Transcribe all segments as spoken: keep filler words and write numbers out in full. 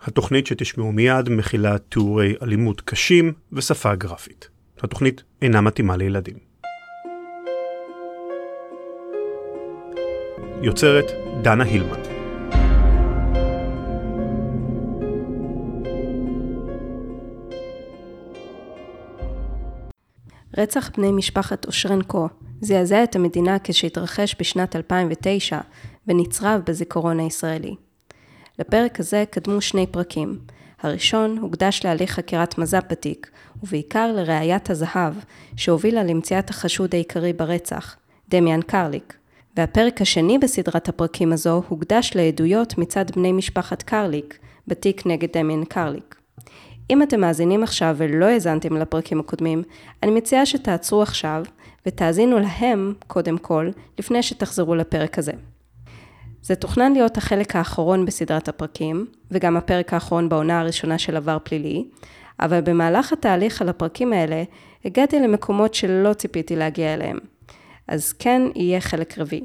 התוכנית שתשמעו מיד מכילה תיאורי אלימות קשים ושפה גרפית. התוכנית אינה מתאימה לילדים. יוצרת דנה הילמן. רצח בני משפחת אושרנקו זעזע את המדינה כשהתרחש בשנת אלפיים ותשע ונצרב בזיכרון הישראלי. לפרק הזה קדמו שני פרקים. הראשון הוקדש להליך חקירת מז"פ בתיק, ובעיקר לראיית הזהב שהובילה למציאת החשוד העיקרי ברצח, דמיאן קרליק. והפרק השני בסדרת הפרקים הזו הוקדש לעדויות מצד בני משפחת קרליק בתיק נגד דמיאן קרליק. אם אתם מאזינים עכשיו ולא האזנתם לפרקים הקודמים, אני מציעה שתעצרו עכשיו ותאזינו להם קודם כל לפני שתחזרו לפרק הזה. זה תוכנן להיות החלק האחרון בסדרת הפרקים, וגם הפרק האחרון בעונה הראשונה של עבר פלילי, אבל במהלך התהליך על הפרקים האלה, הגעתי למקומות שלא ציפיתי להגיע אליהם. אז כן יהיה חלק רביעי.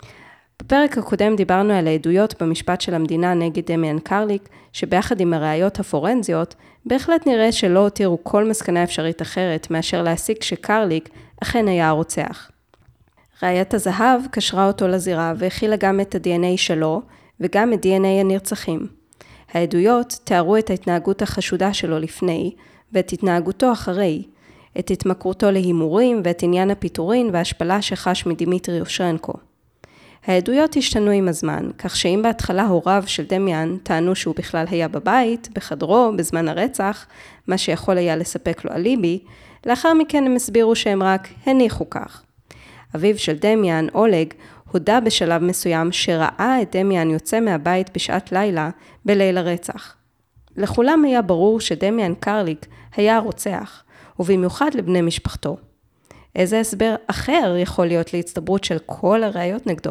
בפרק הקודם דיברנו על העדויות במשפט של המדינה נגד דמיאן קרליק, שביחד עם הראיות הפורנזיות, בהחלט נראה שלא הותירו כל מסקנה אפשרית אחרת מאשר להסיק שקרליק אכן היה הרוצח. ראיית הזהב קשרה אותו לזירה והכילה גם את ה-די אן איי שלו וגם את די אן איי הנרצחים. העדויות תיארו את ההתנהגות החשודה שלו לפני ואת התנהגותו אחרי, את התמכרותו להימורים ואת עניין הפיטורין וההשפלה שחש מדימיטרי אושרנקו. העדויות השתנו עם הזמן, כך שאם בהתחלה הוריו של דמיאן טענו שהוא בכלל היה בבית, בחדרו, בזמן הרצח, מה שיכול היה לספק לו אליבי, לאחר מכן הם הסבירו שהם רק הניחו כך. אביו של דמיאן, אולג, הודע בשלב מסוים שראה את דמיאן יוצא מהבית בשעת לילה בליל הרצח. לכולם היה ברור שדמיאן קרליק היה הרוצח, ובמיוחד לבני משפחתו. איזה הסבר אחר יכול להיות להצטברות של כל הראיות נגדו?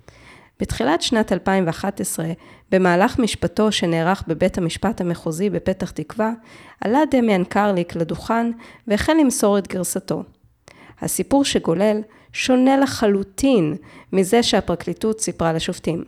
בתחילת שנת אלפיים ואחת עשרה, במהלך משפטו שנערך בבית המשפט המחוזי בפתח תקווה, עלה דמיאן קרליק לדוכן והחל למסור את גרסתו. הסיפור שגולל שונה לחלוטין מזה שהפרקליטות סיפרה לשופטים.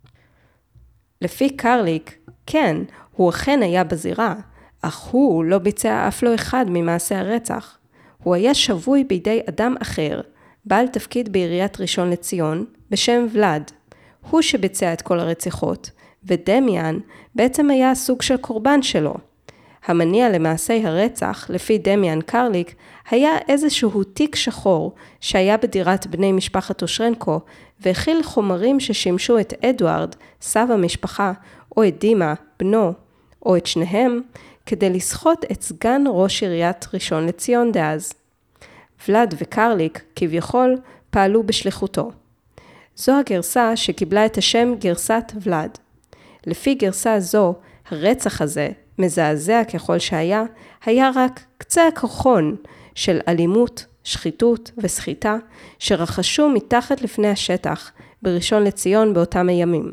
לפי קרליק, כן, הוא אכן היה בזירה, אך הוא לא ביצע אף לא אחד ממעשי הרצח. הוא היה שבוי בידי אדם אחר, בעל תפקיד בעיריית ראשון לציון, בשם ולד. הוא שביצע את כל הרציחות, ודמיאן בעצם היה סוג של קורבן שלו. המניע למעשי הרצח, לפי דמיאן קרליק, היה איזשהו תיק שחור שהיה בדירת בני משפחת אושרנקו, והכיל חומרים ששימשו את אדוארד, סב המשפחה, או את דימה, בנו, או את שניהם, כדי לסחוט את סגן ראש עיריית ראשון לציון דאז. ולד וקרליק, כביכול, פעלו בשליחותו. זו הגרסה שקיבלה את השם גרסת ולד. לפי גרסה זו, הרצח הזה, מזעזע ככל שהיה, היה רק קצה הקרחון של אלימות, שחיתות וסחיטה, שרחשו מתחת לפני השטח, בראשון לציון באותם הימים.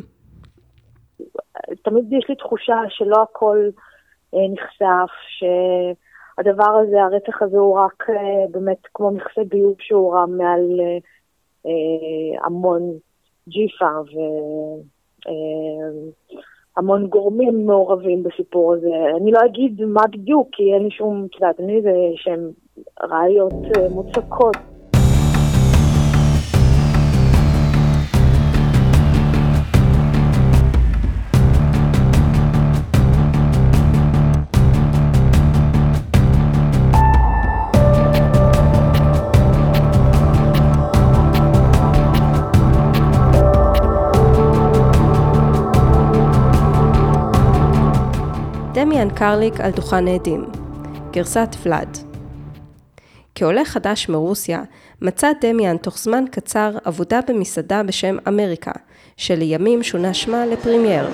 תמיד יש לי תחושה שלא הכל נחשף, שהדבר הזה, הרצח הזה הוא רק באמת כמו מכסה ביוב שהוא רם מעל המון ג'יפה והמון גורמים מעורבים בסיפור הזה. אני לא אגיד מה בדיוק, כי אין לי שום, תדעת, אני זה שהן ראיות מוצקות. דמיאן קרליק על דוכן העדים, גרסת ולד. כעולה חדש מרוסיה, מצא דמיאן תוך זמן קצר עבודה במסעדה בשם אמריקה, שלימים שונה שמה לפרימייר.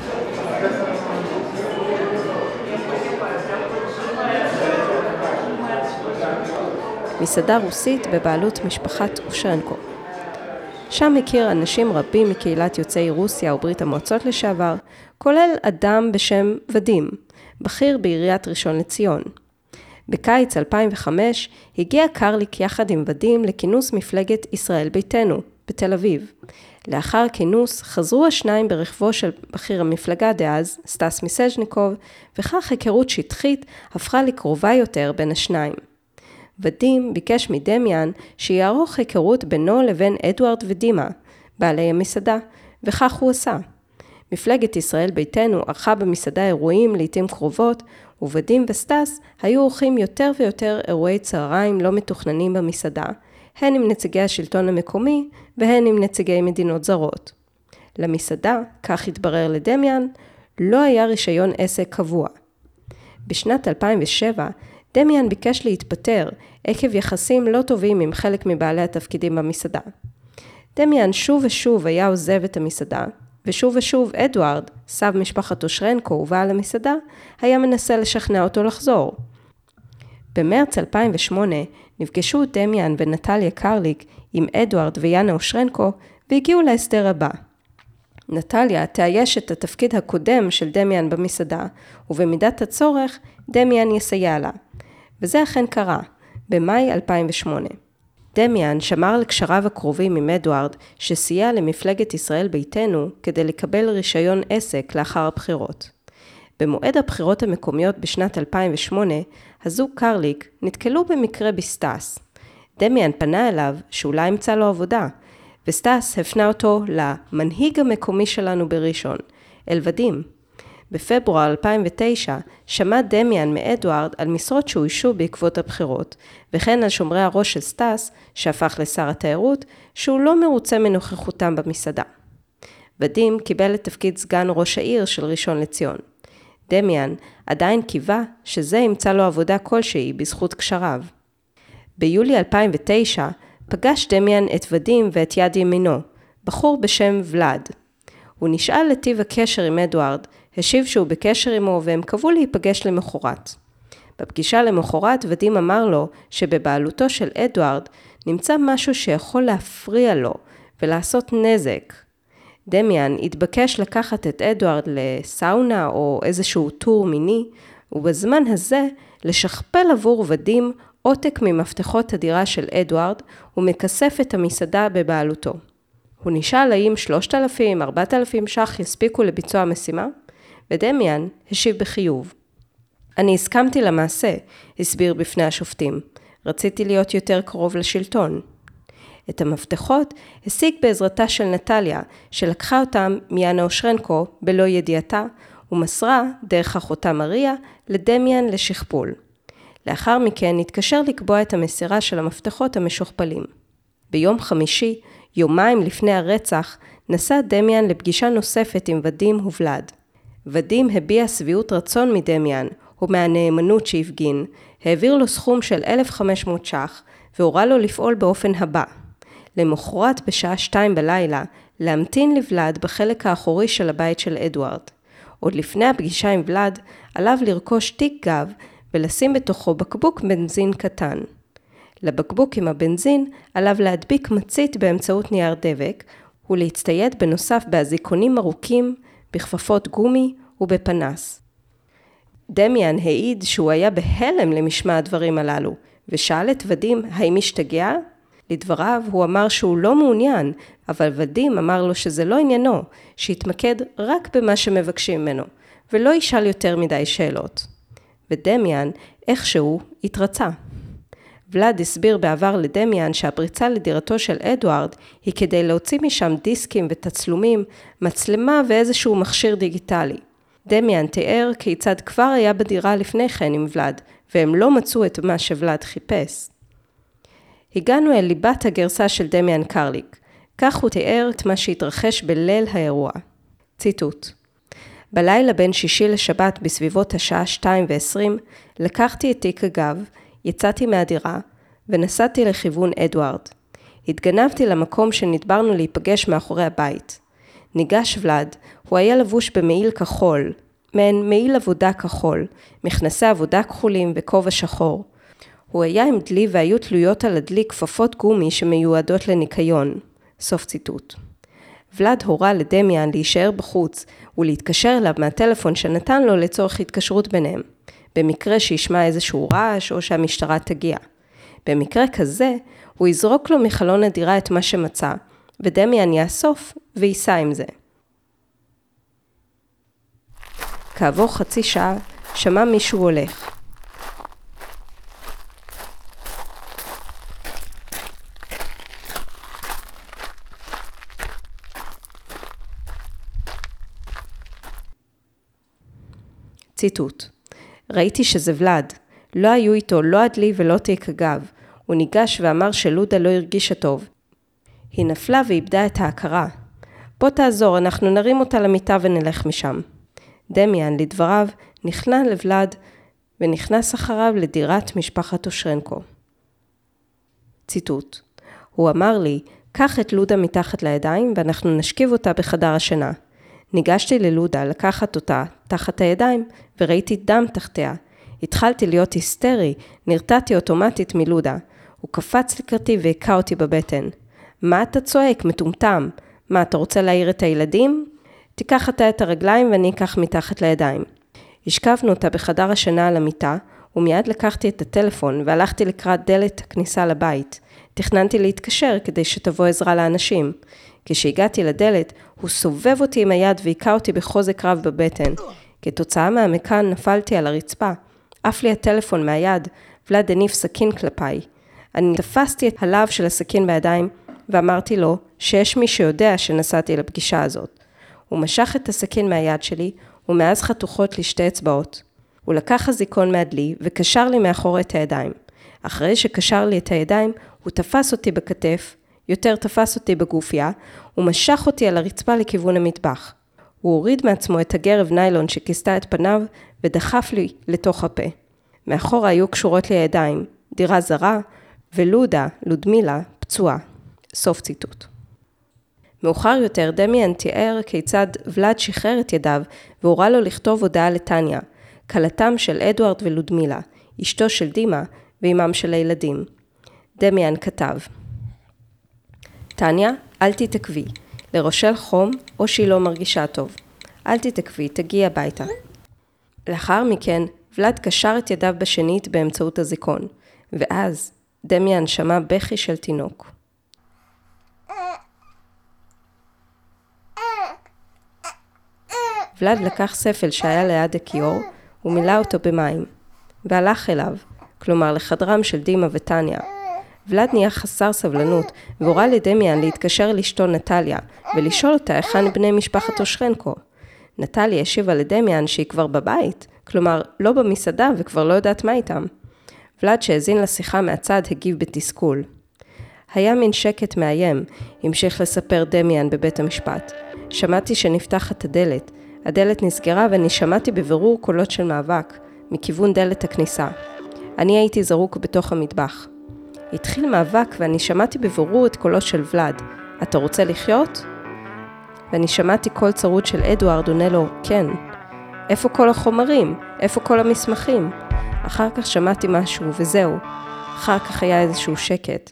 מסעדה רוסית בבעלות משפחת אושרנקו. שם הכיר אנשים רבים מקהילת יוצאי רוסיה וברית המועצות לשעבר, כולל אדם בשם ודים, בכיר בעיריית ראשון לציון. בקיץ אלפיים וחמש הגיע קרליק יחד עם ודים לכינוס מפלגת ישראל ביתנו, בתל אביב. לאחר כינוס חזרו השניים ברכבו של בכיר המפלגה דאז, סטס מיסז'ניקוב, וכך היכרות שטחית הפכה לקרובה יותר בין השניים. ודים ביקש מדמיאן שיערוך היכרות בינו לבין אדוארד ודימה, בעלי המסעדה, וכך הוא עשה. מפלגת ישראל ביתנו ערכה במסעדה אירועים לעתים קרובות, ובדים וסטס היו עורכים יותר ויותר אירועי צהריים לא מתוכננים במסעדה, הן עם נציגי השלטון המקומי והן עם נציגי מדינות זרות. למסעדה, כך התברר לדמיאן, לא היה רישיון עסק קבוע. בשנת אלפיים ושבע, דמיאן ביקש להתפטר עקב יחסים לא טובים עם חלק מבעלי התפקידים במסעדה. דמיאן שוב ושוב היה עוזב את המסעדה, ושוב ושוב אדוארד, סב משפחת אושרנקו ובעל המסעדה, היה מנסה לשכנע אותו לחזור. במרץ אלפיים ושמונה נפגשו דמיאן ונטליה קרליק עם אדוארד ויאנה אושרנקו והגיעו להסדר הבא. נטליה תאייש את התפקיד הקודם של דמיאן במסעדה, ובמידת הצורך דמיאן יסייע לה. וזה אכן קרה, במאי אלפיים ושמונה. דמיאן שמר על קשריו הקרובים עם אדוארד, שסייע למפלגת ישראל ביתנו כדי לקבל רישיון עסק לאחר הבחירות. במועד הבחירות המקומיות בשנת אלפיים ושמונה, הזוג קרליק נתקלו במקרה בסטס. דמיאן פנה אליו שאולי ימצא לו עבודה, וסטס הפנה אותו למנהיג המקומי שלנו בראשון, אל ודים. בפברואר אלפיים ותשע שמע דמיאן מאדוארד על משרות שאוישו בעקבות הבחירות, וכן על שומרי הראש של סטס, שהפך לשר התיירות, שהוא לא מרוצה מנוכחותם במסעדה. ודים קיבל את תפקיד סגן ראש העיר של ראשון לציון. דמיאן עדיין קיווה שזה ימצא לו עבודה כלשהי בזכות קשריו. ביולי אלפיים ותשע פגש דמיאן את ודים ואת יד ימינו, בחור בשם ולד. הוא נשאל לטיב הקשר עם אדוארד, השיב שהוא בקשר עמו והם קבעו להיפגש למחרת. בפגישה למחרת ודים אמר לו שבבעלותו של אדוארד נמצא משהו שיכול להפריע לו ולעשות נזק. דמיאן התבקש לקחת את אדוארד לסאונה או איזשהו טור מיני, ובזמן הזה לשכפל עבור ודים עותק ממפתחות הדירה של אדוארד ומכסף את המסעדה בבעלותו. הוא נשאל האם שלושת אלפים, ארבעת אלפים שח יספיקו לביצוע המשימה, ודמיאן השיב בחיוב. אני הסכמתי למעשה, הסביר בפני השופטים. רציתי להיות יותר קרוב לשלטון. את המפתחות השיג בעזרתה של נטליה, שלקחה אותם מיאנה אושרנקו בלא ידיעתה, ומסרה דרך אחותה מריה לדמיאן לשכפול. לאחר מכן התקשר לקבוע את המסירה של המפתחות המשוכפלים. ביום חמישי, יומיים לפני הרצח, נסע דמיאן לפגישה נוספת עם ודים ובלד. ודים הביע שביעות רצון מדמיאן, ומהנאמנות שהפגין, העביר לו סכום של אלף וחמש מאות שח, והורה לו לפעול באופן הבא. למחרת בשעה שתיים בלילה, להמתין לבלד בחלק האחורי של הבית של אדוארד. עוד לפני הפגישה עם ולד, עליו לרכוש תיק גב, ולשים בתוכו בקבוק בנזין קטן. לבקבוק עם הבנזין עליו להדביק מצית באמצעות נייר דבק, ולהצטייד בנוסף באזיקונים ארוכים, בכפפות גומי ובפנס. דמיאן העיד שהוא היה בהלם למשמע הדברים הללו, ושאל את ודים האם השתגע? לדבריו הוא אמר שהוא לא מעוניין, אבל ודים אמר לו שזה לא עניינו, שיתמקד רק במה שמבקשים ממנו, ולא ישאל יותר מדי שאלות. ודמיאן איכשהו התרצה. ולד הסביר בעבר לדמיאן שהפריצה לדירתו של אדוארד היא כדי להוציא משם דיסקים ותצלומים, מצלמה ואיזשהו מכשיר דיגיטלי. דמיאן תיאר כיצד כבר היה בדירה לפני כן עם ולד, והם לא מצאו את מה שוולד חיפש. הגענו אל ליבת הגרסה של דמיאן קרליק. כך הוא תיאר את מה שהתרחש בליל האירוע. ציטוט: בלילה בין שישי לשבת בסביבות השעה שתיים ועשרים, לקחתי את תיק הגב, יצאתי מהדירה ונסעתי לכיוון אדוארד. התגנבתי למקום שנדברנו להיפגש מאחורי הבית. ניגש ולד, הוא היה לבוש במעיל כחול, מעין מעיל עבודה כחול, מכנסי עבודה כחולים וכובע שחור. הוא היה עם דלי והיו תלויות על הדלי כפפות גומי שמיועדות לניקיון. סוף ציטוט. ולד הורה לדמיאן להישאר בחוץ ולהתקשר אליו מהטלפון שנתן לו לצורך התקשרות ביניהם, במקרה שישמע איזשהו רעש או שהמשטרה תגיע. במקרה כזה, הוא יזרוק לו מחלון הדירה את מה שמצא, ודמיאן יאסוף וייסע עם זה. כעבור חצי שעה שמע מישהו הולך. ציטוט: ראיתי שזה ולד, לא היו איתו לא הדלי ולא תיק הגב. הוא ניגש ואמר שלודה לא הרגישה טוב. היא נפלה ואיבדה את ההכרה. בוא תעזור, אנחנו נרים אותה למיטה ונלך משם. דמיאן, לדבריו, נכנע לוולד ונכנס אחריו לדירת משפחת אושרנקו. ציטוט: הוא אמר לי, קח את לודה מתחת לידיים ואנחנו נשכיב אותה בחדר השינה. ניגשתי ללודה לקחת אותה תחת הידיים וראיתי דם תחתיה. התחלתי להיות היסטרי, נרתעתי אוטומטית מלודה. הוא קפץ לקראתי והיכה אותי בבטן. מה אתה צועק, מטומטם? מה, אתה רוצה להעיר את הילדים? תיקח אתה את הרגליים ואני אקח מתחת לידיים. השכבנו אותה בחדר השינה על המיטה, ומיד לקחתי את הטלפון והלכתי לקראת דלת הכניסה לבית. תכננתי להתקשר כדי שתבוא עזרה לאנשים. כשהגעתי לדלת, הוא סובב אותי עם היד והיכה אותי בחוזק רב בבטן. כתוצאה מהמכאן נפלתי על הרצפה. עף לי הטלפון מהיד, ולד הניף סכין כלפיי. אני תפסתי את הלב של הסכין בידיים, ואמרתי לו שיש מי שיודע שנסעתי לפגישה הזאת. הוא משך את הסכין מהיד שלי, ומאז חתוכות לי שתי אצבעות. הוא לקח הזיקון מהדלי, וקשר לי מאחור את הידיים. אחרי שקשר לי את הידיים, הוא תפס אותי בכתף, יותר תפס אותי בגופיה, ומשך אותי על הרצפה לכיוון המטבח. הוא הוריד מעצמו את הגרב ניילון שכיסתה את פניו, ודחף לי לתוך הפה. מאחורה היו קשורות לי הידיים, דירה זרה, ולודה, לודמילה, פצועה. סוף ציטוט. מאוחר יותר דמיאן תיאר כיצד ולד שחרר את ידיו, והורה לו לכתוב הודעה לטניה, כלתם של אדוארד ולודמילה, אשתו של דימה ואימם של הילדים. דמיאן כתב: טניה, אל תתעכבי, לרושל חום או שהיא לא מרגישה טוב. אל תתעכבי, תגיעי הביתה. לאחר מכן, ולד קשר את ידיו בשנית באמצעות הזיקון, ואז דמיאן שמע בכי של תינוק. ולד לקח ספל שהיה ליד הכיור, ומילא אותו במים, והלך אליו, כלומר לחדרם של דימה וטניה. ולד נהיה חסר סבלנות, והורה לדמיאן להתקשר לאשתו נטליה, ולשאול אותה היכן בני משפחת אושרנקו. נטליה השיבה לדמיאן שהיא כבר בבית, כלומר לא במסעדה וכבר לא יודעת מה איתם. ולד שהזין לשיחה מהצד הגיב בתסכול. היה מין שקט מאיים, המשיך לספר דמיאן בבית המשפט. שמעתי שנפתחת הדלת. הדלת נסגרה ואני שמעתי בבירור קולות של מאבק, מכיוון דלת הכניסה. אני הייתי זרוק בתוך המטבח. התחיל מאבק ואני שמעתי בבירור את קולות של ולד. אתה רוצה לחיות? ואני שמעתי קול צרוד של אדוארד עונה לו, כן. איפה כל החומרים? איפה כל המסמכים? אחר כך שמעתי משהו וזהו. אחר כך היה איזשהו שקט.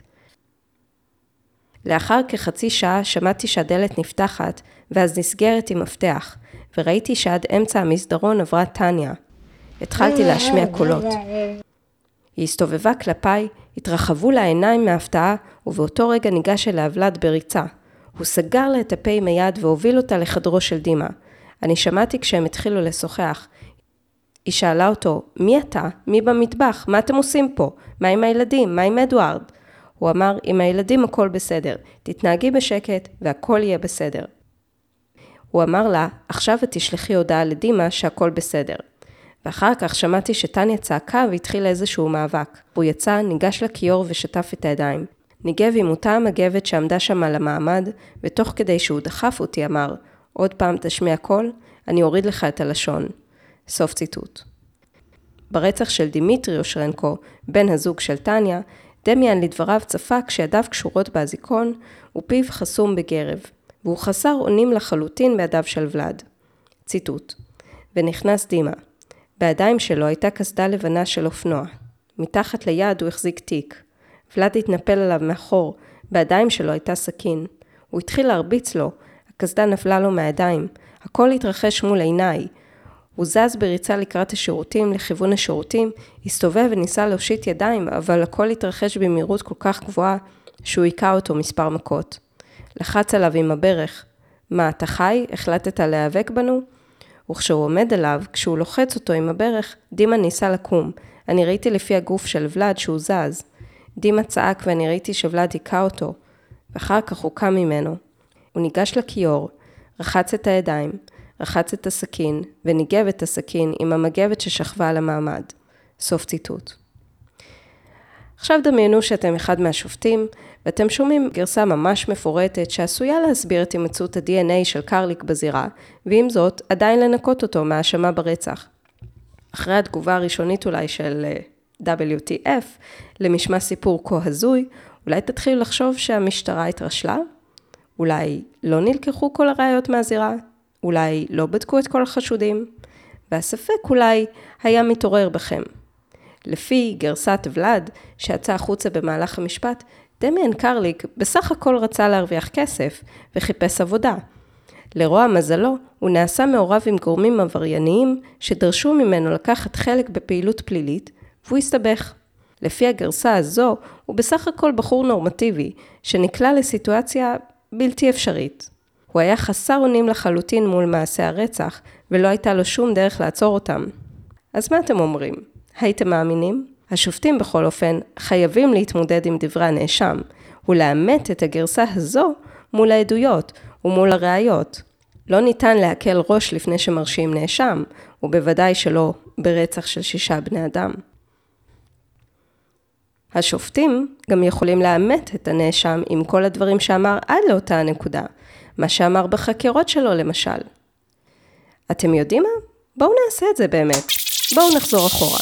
לאחר כחצי שעה שמעתי שהדלת נפתחת ואז נסגרת עם מפתח, וראיתי שעד אמצע המסדרון עברה טניה. התחלתי להשמיע קולות. היא הסתובבה כלפיי, התרחבו לה עיניים מההפתעה, ובאותו רגע ניגש אליה ולד בריצה. הוא סגר לה את הפה עם היד והוביל אותה לחדרו של דימה. אני שמעתי כשהם התחילו לשוחח. היא שאלה אותו, מי אתה? מי במטבח? מה אתם עושים פה? מה עם הילדים? מה עם אדוארד? הוא אמר, עם הילדים הכל בסדר. תתנהגי בשקט והכל יהיה בסדר. הוא אמר לה, עכשיו את תשלחי הודעה לדימה שהכל בסדר. ואחר כך שמעתי שטניה צעקה והתחיל איזשהו מאבק. הוא יצא, ניגש לכיור ושטף את הידיים. ניגב עם אותה המגבת שעמדה שם על המעמד, ותוך כדי שהוא דחף אותי אמר, עוד פעם תשמיע קול, אני אוריד לך את הלשון. סוף ציטוט. ברצח של דימיטרי אושרנקו, בן הזוג של טניה, דמיאן לדבריו צפה כשידיו קשורות באזיקון, ופיו חסום בגרב, והוא חסר אונים לחלוטין בידיו של ולד. ציטוט. ונכנס דימה. בידיים שלו הייתה קסדה לבנה של אופנוע. מתחת ליד הוא החזיק תיק. ולד התנפל עליו מאחור, בידיים שלו הייתה סכין. הוא התחיל להרביץ לו, הקסדה נפלה לו מהידיים. הכל התרחש מול עיניי. הוא זז בריצה לקראת השירותים, לכיוון השירותים, הסתובב וניסה להושיט ידיים, אבל הכל התרחש במהירות כל כך גבוהה, שהוא היכה אותו מספר מכות. לחץ עליו עם הברך, מה, אתה חי? החלטת להיאבק בנו? וכשהוא עומד עליו, כשהוא לוחץ אותו עם הברך, דימה ניסה לקום. אני ראיתי לפי הגוף של ולד שהוא זז. דימה צעק ואני ראיתי שוולד היכה אותו, ואחר כך הוא קם ממנו. הוא ניגש לכיור, רחץ את הידיים, רחץ את הסכין, וניגב את הסכין עם המגבת ששכבה על המעמד. סוף ציטוט. עכשיו דמיינו שאתם אחד מהשופטים, ואתם שומעים גרסה ממש מפורטת שעשויה להסביר את הימצאות ה-די אן איי של קרליק בזירה, ועם זאת עדיין לנקות אותו מהאשמה ברצח. אחרי התגובה הראשונית אולי של דאבליו טי אף למשמע סיפור כה הזוי, אולי תתחילו לחשוב שהמשטרה התרשלה? אולי לא נלקחו כל הראיות מהזירה? אולי לא בדקו את כל החשודים? והספק אולי היה מתעורר בכם. לפי גרסת ולד שיצא החוצה במהלך המשפט, דמיאן קרליק בסך הכל רצה להרוויח כסף וחיפש עבודה. לרוע מזלו, הוא נעשה מעורב עם גורמים עברייניים שדרשו ממנו לקחת חלק בפעילות פלילית, והוא הסתבך. לפי הגרסה הזו, הוא בסך הכל בחור נורמטיבי, שנקלע לסיטואציה בלתי אפשרית. הוא היה חסר אונים לחלוטין מול מעשי הרצח, ולא הייתה לו שום דרך לעצור אותם. אז מה אתם אומרים? הייתם מאמינים? השופטים בכל אופן חייבים להתמודד עם דברי הנאשם, ולאמת את הגרסה הזו מול העדויות ומול הראיות. לא ניתן להקל ראש לפני שמרשים נאשם, ובוודאי שלא ברצח של שישה בני אדם. השופטים גם יכולים לאמת את הנאשם עם כל הדברים שאמר עד לאותה הנקודה, מה שאמר בחקירות שלו למשל. אתם יודעים מה? בואו נעשה את זה באמת. בואו נחזור אחורה.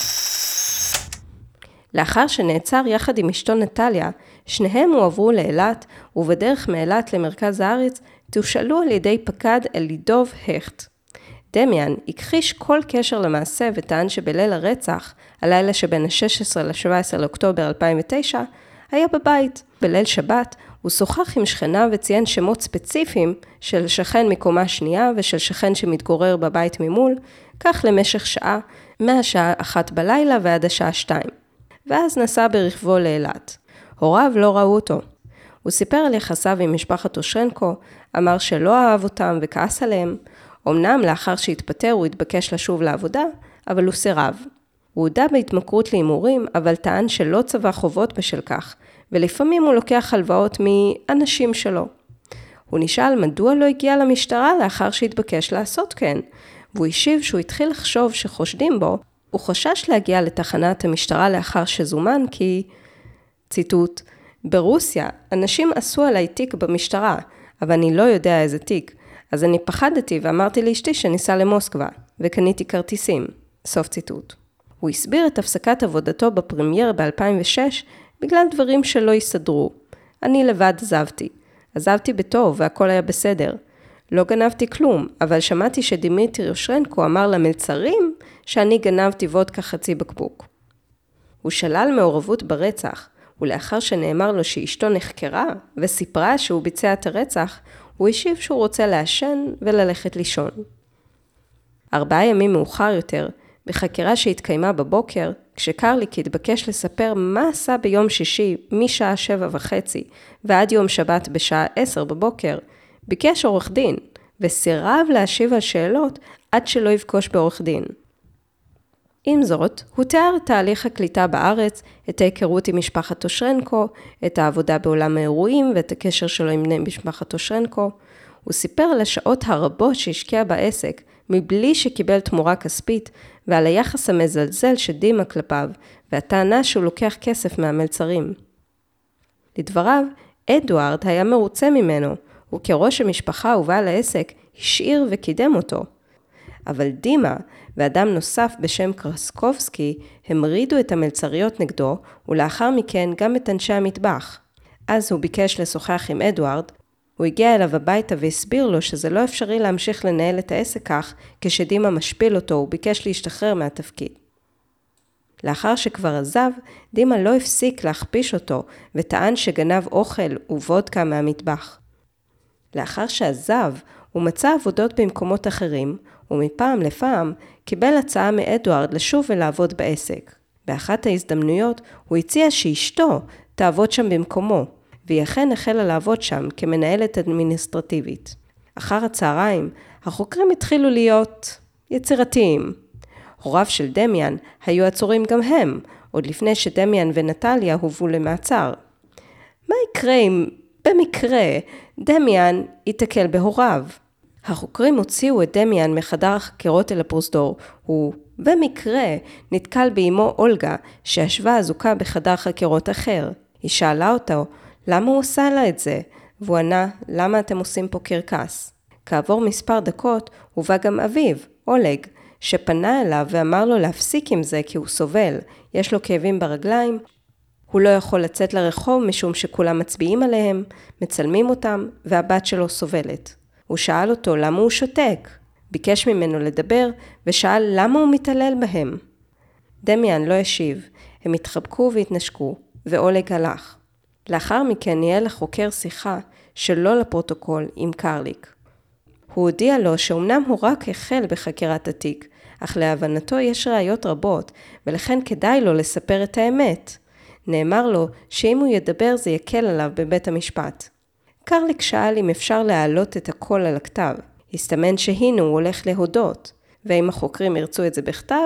לאחר שנעצר יחד עם אשתו נטליה, שניהם הועברו לאילת, ובדרך מאילת למרכז הארץ, תושאלו על ידי פקד אלידוב הכט. דמיאן הכחיש כל קשר למעשה וטען שבליל הרצח, הלילה שבין ה-שש עשרה ל-שבעה עשר לאוקטובר אלפיים ותשע, היה בבית. בליל שבת הוא שוחח עם שכנה וציין שמות ספציפיים של שכן מקומה שנייה ושל שכן שמתגורר בבית ממול, כך למשך שעה, מהשעה אחת בלילה ועד השעה שתיים. ואז נסע ברכבו לאילת. הוריו לא ראו אותו. הוא סיפר על יחסיו עם משפחת אושרנקו, אמר שלא אהב אותם וכעס עליהם. אמנם לאחר שהתפטר הוא התבקש לשוב לעבודה, אבל הוא סירב. הוא הודע בהתמכרות להימורים, אבל טען שלא צבע חובות בשל כך, ולפעמים הוא לוקח הלוואות מאנשים שלו. הוא נשאל מדוע לא הגיע למשטרה לאחר שהתבקש לעשות כן, והוא השיב שהוא התחיל לחשוב שחושדים בו, הוא חושש להגיע לתחנת המשטרה לאחר שזומן כי, ציטוט, ברוסיה אנשים עשו עליי תיק במשטרה, אבל אני לא יודע איזה תיק, אז אני פחדתי ואמרתי לאשתי שניסה למוסקבה, וקניתי כרטיסים. סוף ציטוט. הוא הסביר את הפסקת עבודתו בפרמייר ב-אלפיים ושש בגלל דברים שלא יסדרו. אני לבד עזבתי. עזבתי בטוב והכל היה בסדר. לא גנבתי כלום, אבל שמעתי שדימיטרי אושרנקו אמר למלצרים שאני גנבתי וודקה חצי בקבוק. הוא שלל מעורבות ברצח, ולאחר שנאמר לו שאשתו נחקרה וסיפרה שהוא ביצע את הרצח, הוא השיב שהוא רוצה לעשן וללכת לישון. ארבעה ימים מאוחר יותר, בחקירה שהתקיימה בבוקר, כשקרליק התבקש לספר מה עשה ביום שישי משעה שבע וחצי ועד יום שבת בשעה עשר בבוקר, ביקש עורך דין וסירב להשיב על שאלות עד שלא יפגוש בעורך דין. עם זאת, הוא תיאר את תהליך הקליטה בארץ, את ההיכרות עם משפחת אושרנקו, את העבודה בעולם האירועים ואת הקשר שלו עם בני משפחת אושרנקו. הוא סיפר על השעות הרבות שהשקיע בעסק, מבלי שקיבל תמורה כספית, ועל היחס המזלזל שדימה כלפיו, והטענה שהוא לוקח כסף מהמלצרים. לדבריו, אדוארד היה מרוצה ממנו, וכראש המשפחה ובעל העסק השאיר וקידם אותו. אבל דימה ואדם נוסף בשם קרסקובסקי המרידו את המלצריות נגדו, ולאחר מכן גם את אנשי המטבח. אז הוא ביקש לשוחח עם אדוארד, הוא הגיע אליו הביתה והסביר לו שזה לא אפשרי להמשיך לנהל את העסק כך, כשדימה משפיל אותו וביקש להשתחרר מהתפקיד. לאחר שכבר עזב, דימה לא הפסיק להכפיש אותו, וטען שגנב אוכל וודקה מהמטבח. לאחר שעזב, הוא מצא עבודות במקומות אחרים, ומפעם לפעם קיבל הצעה מאדוארד לשוב ולעבוד בעסק. באחת ההזדמנויות הוא הציע שאשתו תעבוד שם במקומו, והיא אכן החלה לעבוד שם כמנהלת אדמיניסטרטיבית. אחר הצהריים, החוקרים התחילו להיות יצירתיים. הוריו של דמיאן היו עצורים גם הם, עוד לפני שדמיאן ונטליה הובאו למעצר. מה יקרה אם במקרה דמיאן ייתקל בהוריו? החוקרים הוציאו את דמיאן מחדר החקירות אל הפרוזדור. הוא במקרה נתקל באמו אולגה שישבה אזוקה בחדר חקירות אחר. היא שאלה אותו למה הוא עושה לה את זה, והוא ענה למה אתם עושים פה קרקס. כעבור מספר דקות הובא גם אביו, אולג, שפנה אליו ואמר לו להפסיק עם זה כי הוא סובל, יש לו כאבים ברגליים, הוא לא יכול לצאת לרחוב משום שכולם מצביעים עליהם, מצלמים אותם והבת שלו סובלת. הוא שאל אותו למה הוא שותק, ביקש ממנו לדבר ושאל למה הוא מתעלל בהם. דמיאן לא השיב, הם התחבקו והתנשקו ואולג הלך. לאחר מכן ניהל החוקר שיחה שלא לפרוטוקול עם קרליק. הוא הודיע לו שאומנם הוא רק החל בחקירת התיק, אך להבנתו יש ראיות רבות, ולכן כדאי לו לספר את האמת. נאמר לו שאם הוא ידבר זה יקל עליו בבית המשפט. קרליק שאל אם אפשר להעלות את הכל על הכתב. הסתמן שהנה הוא הולך להודות, ואם החוקרים ירצו את זה בכתב,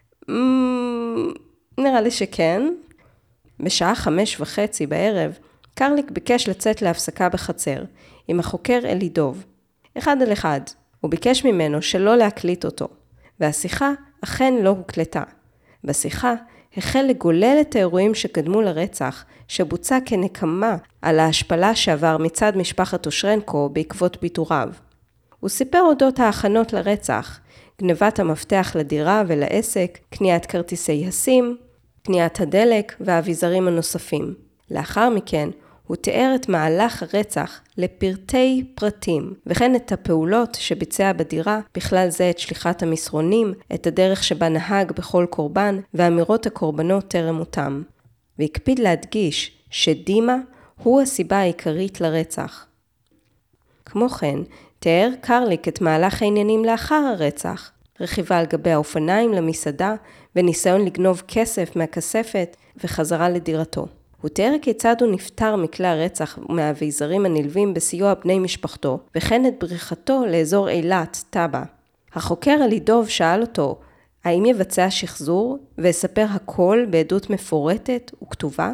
נראה לי שכן. בשעה חמש וחצי בערב, קרליק ביקש לצאת להפסקה בחצר, עם החוקר אלידוב. אחד על אחד, הוא ביקש ממנו שלא להקליט אותו, והשיחה אכן לא הוקלטה. בשיחה החל לגולל את האירועים שקדמו לרצח, שבוצע כנקמה על ההשפלה שעבר מצד משפחת אושרנקו בעקבות ביטוריו. הוא סיפר אודות ההכנות לרצח, גנבת המפתח לדירה ולעסק, קניית כרטיסי הסים, קניית הדלק והאביזרים הנוספים. לאחר מכן, הוא תיאר את מהלך הרצח לפרטי פרטים, וכן את הפעולות שביצע בדירה, בכלל זה את שליחת המסרונים, את הדרך שבה נהג בכל קורבן, ואמירות הקורבנות טרם מותם. והקפיד להדגיש שדימה הוא הסיבה העיקרית לרצח. כמו כן, תיאר קרליק את מהלך העניינים לאחר הרצח, רכיבה על גבי האופניים למסעדה, וניסיון לגנוב כסף מהכספת וחזרה לדירתו. הוא תיאר כיצד הוא נפטר מכלי הרצח ומהאביזרים הנלווים בסיוע בני משפחתו, וכן את בריחתו לאזור אילת, טאבה. החוקר אלידוב שאל אותו, האם יבצע שחזור ויספר הכל בעדות מפורטת וכתובה?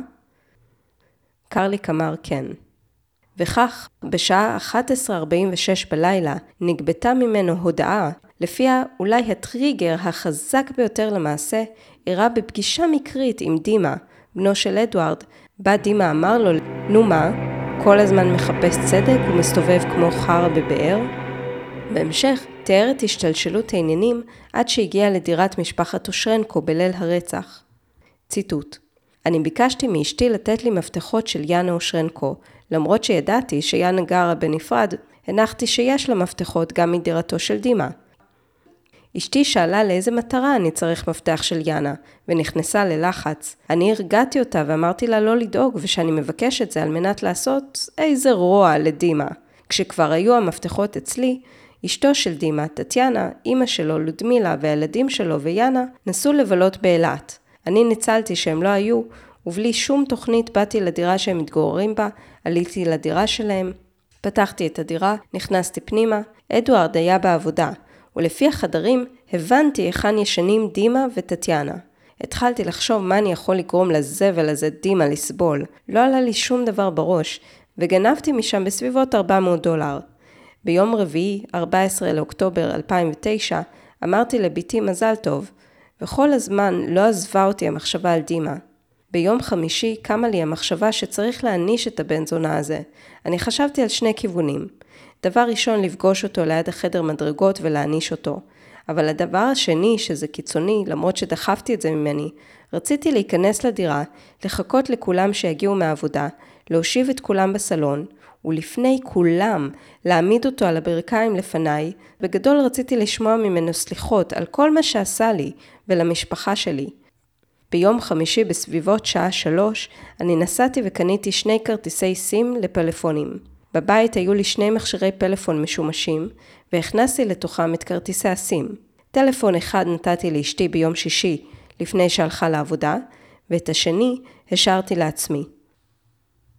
קרליק אמר כן. וכך, בשעה אחת עשרה ארבעים ושש בלילה, נגבתה ממנו הודעה, לפיה אולי הטריגר החזק ביותר למעשה, אירע בפגישה מקרית עם דימה, בנו של אדוארד, בה דימה אמר לו, נו מה, כל הזמן מחפש צדק ומסתובב כמו חר בבאר? בהמשך, תיאר את השתלשלות העניינים עד שהגיע לדירת משפחת אושרנקו בליל הרצח. ציטוט: אני ביקשתי מאשתי לתת לי מפתחות של יאנה אושרנקו, למרות שידעתי שיאנה גרה בנפרד, הנחתי שיש לה מפתחות גם מדירתו של דימה. אשתי שאלה לאיזה מטרה אני צריך מפתח של יאנה, ונכנסה ללחץ. אני הרגעתי אותה ואמרתי לה לא לדאוג, ושאני מבקש את זה על מנת לעשות איזה רוע לדימה. כשכבר היו המפתחות אצלי, אשתו של דימה, טטיאנה, אמא שלו, לודמילה והילדים שלו ויאנה, נסו לבלות באילת. אני ניצלתי שהם לא היו, ובלי שום תוכנית באתי לדירה שהם מתגוררים בה, עליתי לדירה שלהם, פתחתי את הדירה, נכנסתי פנימה, אדוארד היה בעבודה, ולפי החדרים הבנתי היכן ישנים דימה וטטיאנה. התחלתי לחשוב מה אני יכול לגרום לזבל הזה דימה לסבול. לא עלה לי שום דבר בראש, וגנבתי משם בסביבות ארבע מאות דולר. ביום רביעי, ארבעה עשר לאוקטובר אלפיים ותשע, אמרתי לביתי מזל טוב, וכל הזמן לא עזבה אותי המחשבה על דימה. ביום חמישי קמה לי המחשבה שצריך להעניש את הבן זונה הזה. אני חשבתי על שני כיוונים. דבר ראשון, לפגוש אותו ליד החדר מדרגות ולהעניש אותו. אבל הדבר השני, שזה קיצוני, למרות שדחפתי את זה ממני, רציתי להיכנס לדירה, לחכות לכולם שיגיעו מהעבודה, להושיב את כולם בסלון, ולפני כולם להעמיד אותו על הברכיים לפניי. בגדול רציתי לשמוע ממנו סליחות על כל מה שעשה לי ולמשפחה שלי. ביום חמישי בסביבות שעה שלוש, אני נסעתי וקניתי שני כרטיסי סים לפלאפונים. בבית היו לי שני מכשירי פלאפון משומשים, והכנסתי לתוכם את כרטיסי הסים. טלפון אחד נתתי לאשתי ביום שישי לפני שהלכה לעבודה, ואת השני השארתי לעצמי.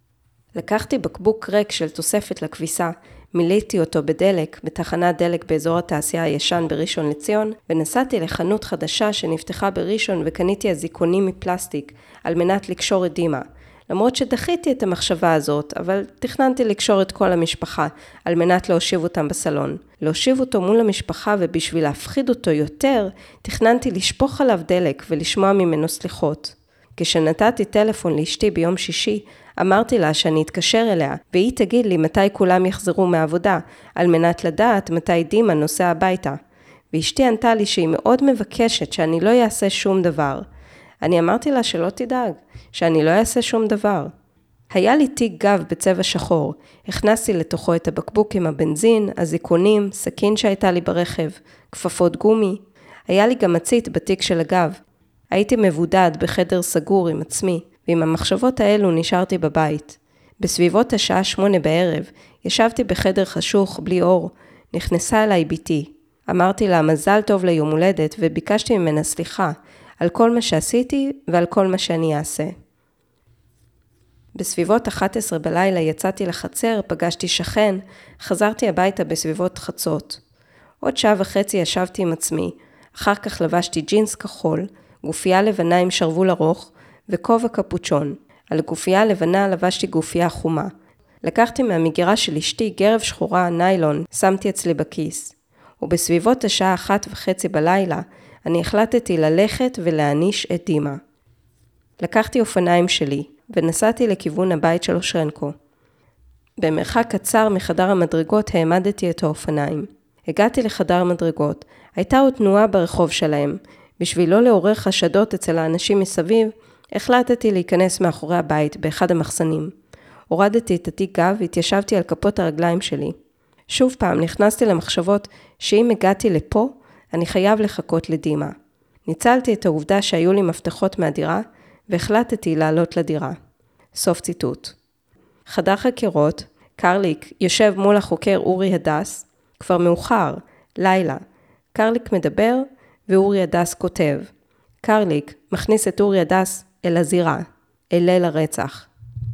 לקחתי בקבוק ריק של תוספת לכביסה, מילאתי אותו בדלק בתחנת דלק באזור התעשייה הישן בראשון לציון, ונסעתי לחנות חדשה שנפתחה בראשון וקניתי אזיקונים מפלסטיק על מנת לקשור את דימה. למרות שדחיתי את המחשבה הזאת, אבל תכננתי לקשור את כל המשפחה על מנת להושיב אותם בסלון. להושיב אותו מול המשפחה ובשביל להפחיד אותו יותר, תכננתי לשפוך עליו דלק ולשמוע ממנו סליחות. כשנתתי טלפון לאשתי ביום שישי, אמרתי לה שאני אתקשר אליה, והיא תגיד לי מתי כולם יחזרו מהעבודה, על מנת לדעת מתי דימה נוסע הביתה. ואשתי ענתה לי שהיא מאוד מבקשת שאני לא אעשה שום דבר. אני אמרתי לה שלא תדאג, שאני לא אעשה שום דבר. היה לי תיק גב בצבע שחור, הכנסתי לתוכו את הבקבוק עם הבנזין, הזיקונים, סכין שהייתה לי ברכב, כפפות גומי. היה לי גם מצית בתיק של הגב. הייתי מבודד בחדר סגור עם עצמי, ועם המחשבות האלו נשארתי בבית. בסביבות השעה שמונה בערב, ישבתי בחדר חשוך בלי אור, נכנסה אליי ביתי. אמרתי לה מזל טוב ליום הולדת וביקשתי ממנה סליחה על כל מה שעשיתי ועל כל מה שאני אעשה. בסביבות אחת עשרה בלילה יצאתי לחצר, פגשתי שכן, חזרתי הביתה בסביבות חצות. עוד שעה וחצי ישבתי עם עצמי, אחר כך לבשתי ג'ינס כחול, גופייה לבנה עם שרוול ארוך וכובע קפוצ'ון. על גופייה הלבנה לבשתי גופייה חומה. לקחתי מהמגירה של אשתי גרב שחורה, ניילון, שמתי אצלי בכיס. ובסביבות השעה אחת וחצי בלילה, אני החלטתי ללכת ולהניש את דימה. לקחתי אופניים שלי, ונסעתי לכיוון הבית של אושרנקו. במרחק קצר מחדר המדרגות העמדתי את האופניים. הגעתי לחדר המדרגות, הייתה עוד תנועה ברחוב שלהם. בשביל לא לעורר חשדות אצל האנשים מסביב, החלטתי להיכנס מאחורי הבית באחד המחסנים. הורדתי את התיק גב והתיישבתי על כפות הרגליים שלי. שוב פעם נכנסתי למחשבות שאם הגעתי לפה, אני חייב לחכות לדימה. ניצלתי את העובדה שהיו לי מפתחות מהדירה, והחלטתי לעלות לדירה. סוף ציטוט. חדר חקירות, קרליק יושב מול החוקר אורי הדס, כבר מאוחר, לילה. קרליק מדבר, ואורי הדס כותב. קרליק מכניס את אורי הדס אל הזירה, אל ליל הרצח.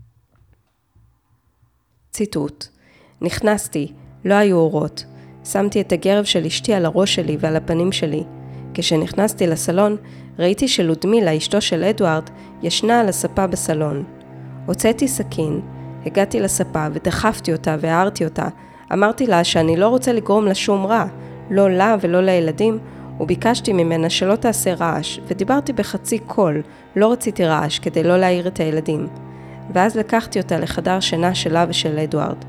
ציטוט. נכנסתי, לא היו אורות. שמתי את הגרב של אשתי על הראש שלי ועל הפנים שלי. כשנכנסתי לסלון, ראיתי שלודמילה, אשתו של אדוארד, ישנה על הספה בסלון. הוצאתי סכין, הגעתי לספה ודחפתי אותה והערתי אותה. אמרתי לה שאני לא רוצה לגרום לה שום רע, לא לה ולא לילדים, וביקשתי ממנה שלא תעשה רעש, ודיברתי בחצי קול, לא רציתי רעש כדי לא להעיר את הילדים. ואז לקחתי אותה לחדר שינה שלה ושל אדוארד.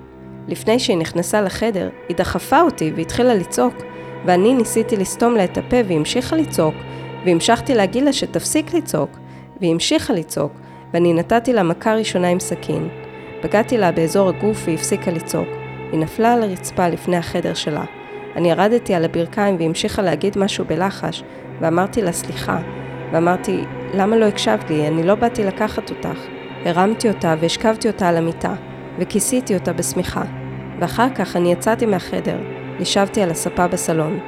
לפני שהיא נכנסה לחדר, היא דחפה אותי והתחילה לצעוק, ואני ניסיתי לסתום לה את הפה והמשיכה לצעוק, והמשכתי להגיד לה שתפסיק לצעוק, והיא המשיכה לצעוק, ואני נתתי לה מכה ראשונה עם סכין. פגעתי לה באזור הגוף והפסיקה לצעוק. היא נפלה על הרצפה לפני החדר שלה. אני ירדתי על הברכיים והמשיכה להגיד משהו בלחש, ואמרתי לה סליחה, ואמרתי, למה לא הקשבת לי? אני לא באתי לקחת אותך. הרמתי אותה והשכבתי אותה על המיטה, וכיסיתי אותה בשמיכה. ואחר כך אני יצאתי מהחדר, ישבתי על הספה בסלון.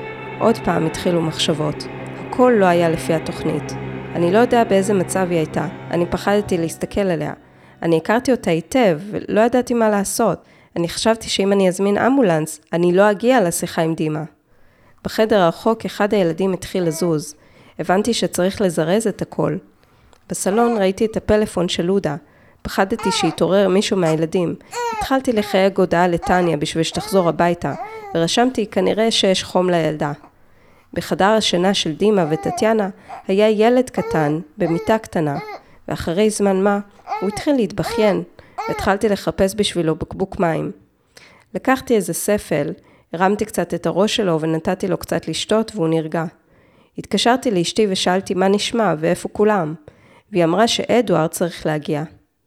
עוד פעם התחילו מחשבות. הכל לא היה לפי התוכנית. אני לא יודע באיזה מצב היא הייתה. אני פחדתי להסתכל עליה. אני הכרתי אותה היטב, ולא ידעתי מה לעשות. אני חשבתי שאם אני אזמין אמבולנס, אני לא אגיע לשיחה עם דימה. בחדר הרחוק אחד הילדים התחיל לזוז. הבנתי שצריך לזרז את הכל. בסלון ראיתי את הפלאפון של לודה. פחדתי שיתעורר מישהו מהילדים. התחלתי לחייג הודעה לטניה בשביל שתחזור הביתה, ורשמתי כנראה שיש חום לילדה. בחדר השינה של דימה וטטיאנה היה ילד קטן במיטה קטנה, ואחרי זמן מה הוא התחיל להתבכיין, והתחלתי לחפש בשבילו בקבוק מים. לקחתי איזה ספל, הרמתי קצת את הראש שלו ונתתי לו קצת לשתות והוא נרגע. התקשרתי לאשתי ושאלתי מה נשמע ואיפה כולם, והיא אמרה שאדוארד צריך להגיע.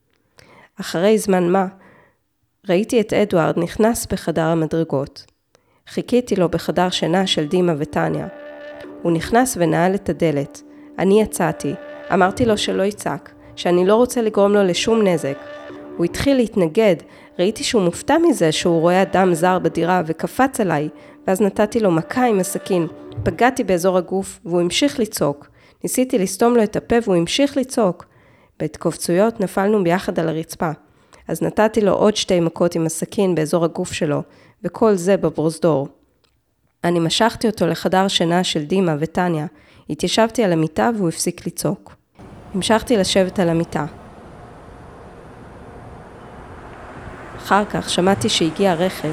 אחרי זמן מה, ראיתי את אדוארד נכנס בחדר המדרגות. חיכיתי לו בחדר שינה של דימה וטניה. הוא נכנס ונעל את הדלת. אני יצאתי, אמרתי לו שלא יצעק, שאני לא רוצה לגרום לו לשום נזק. הוא התחיל להתנגד, ראיתי שהוא מופתע מזה שהוא רואה אדם זר בדירה וקפץ עליי, ואז נתתי לו מכה עם הסכין, פגעתי באזור הגוף והוא המשיך לצעוק. ניסיתי לסתום לו את הפה והוא המשיך לצעוק. בהתכופצויות נפלנו ביחד על הרצפה. אז נתתי לו עוד שתי מכות עם הסכין באזור הגוף שלו, וכל זה בברוזדור. אני משכתי אותו לחדר שינה של דימה וטניה, התיישבתי על המיטה והוא הפסיק לצעוק. המשכתי לשבת על המיטה. אחר כך שמעתי שהגיע רכב.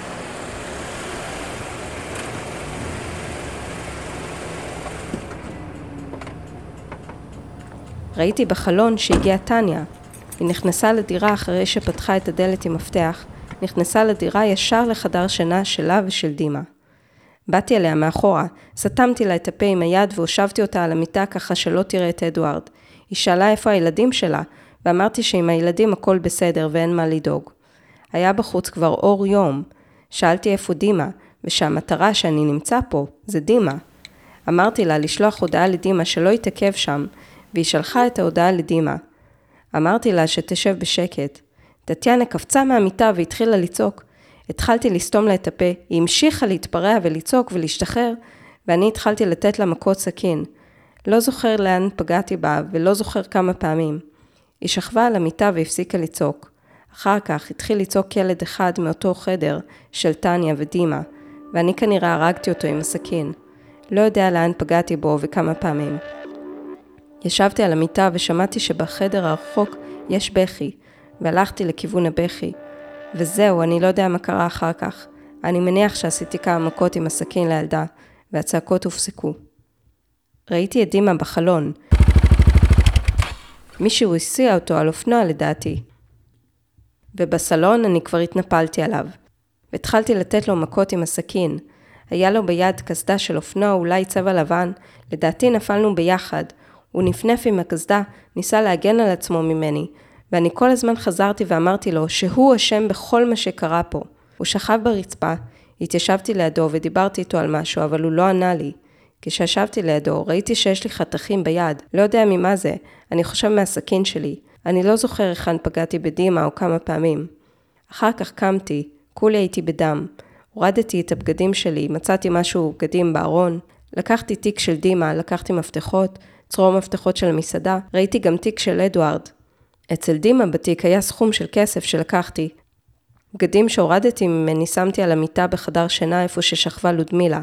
ראיתי בחלון שהגיעה טניה. היא נכנסה לדירה אחרי שפתחה את הדלת עם מפתח, נכנסה לדירה ישר לחדר שינה שלה ושל דימה. באתי אליה מאחורה, סתמתי לה את הפה עם היד והושבתי אותה על המיטה ככה שלא תראה את אדוארד. היא שאלה איפה הילדים שלה, ואמרתי שעם הילדים הכל בסדר ואין מה לדאוג. היה בחוץ כבר אור יום. שאלתי איפה דימה, ושהמטרה שאני נמצא פה זה דימה. אמרתי לה לשלוח הודעה לדימה שלא יתעכב שם, והיא שלחה את ההודעה לדימה. אמרתי לה שתשב בשקט. טטיאנה קפצה מהמיטה והתחילה לצעוק. התחלתי לסתום לה את הפה, היא המשיכה להתפרע ולצעוק ולהשתחרר, ואני התחלתי לתת לה מכות סכין. לא זוכר לאן פגעתי בה ולא זוכר כמה פעמים. היא שכבה על המיטה והפסיקה לצעוק. אחר כך התחיל לצעוק ילד אחד מאותו חדר של טניה ודימה, ואני כנראה הרגתי אותו עם הסכין. לא יודע לאן פגעתי בו וכמה פעמים. ישבתי על המיטה ושמעתי שבחדר הרחוק יש בכי, והלכתי לכיוון הבכי. וזהו, אני לא יודע מה קרה אחר כך. אני מניח שעשיתי כמה מכות עם הסכין לילדה, והצעקות הופסקו. ראיתי את דימה בחלון. מישהו הסיע אותו על אופנוע לדעתי. ובסלון אני כבר התנפלתי עליו. והתחלתי לתת לו מכות עם הסכין. היה לו ביד קסדה של אופנוע, אולי צבע לבן. לדעתי נפלנו ביחד. הוא נפנף עם הקסדה, ניסה להגן על עצמו ממני. ואני כל הזמן חזרתי ואמרתי לו שהוא אשם בכל מה שקרה פה. הוא שכב ברצפה, התיישבתי לידו ודיברתי איתו על משהו, אבל הוא לא ענה לי. כשישבתי לידו, ראיתי שיש לי חתכים ביד. לא יודע ממה זה, אני חושב מהסכין שלי. אני לא זוכר היכן פגעתי בדימה או כמה פעמים. אחר כך קמתי, כולי הייתי בדם. הורדתי את הבגדים שלי, מצאתי משהו בגדים בארון. לקחתי תיק של דימה, לקחתי מפתחות, צרור מפתחות של המסעדה. ראיתי גם תיק של אדוארד. אצל דימה בתיק היה סכום של כסף שלקחתי. בגדים שהורדתי ממני שמתי על המיטה בחדר שינה איפה ששכבה לודמילה.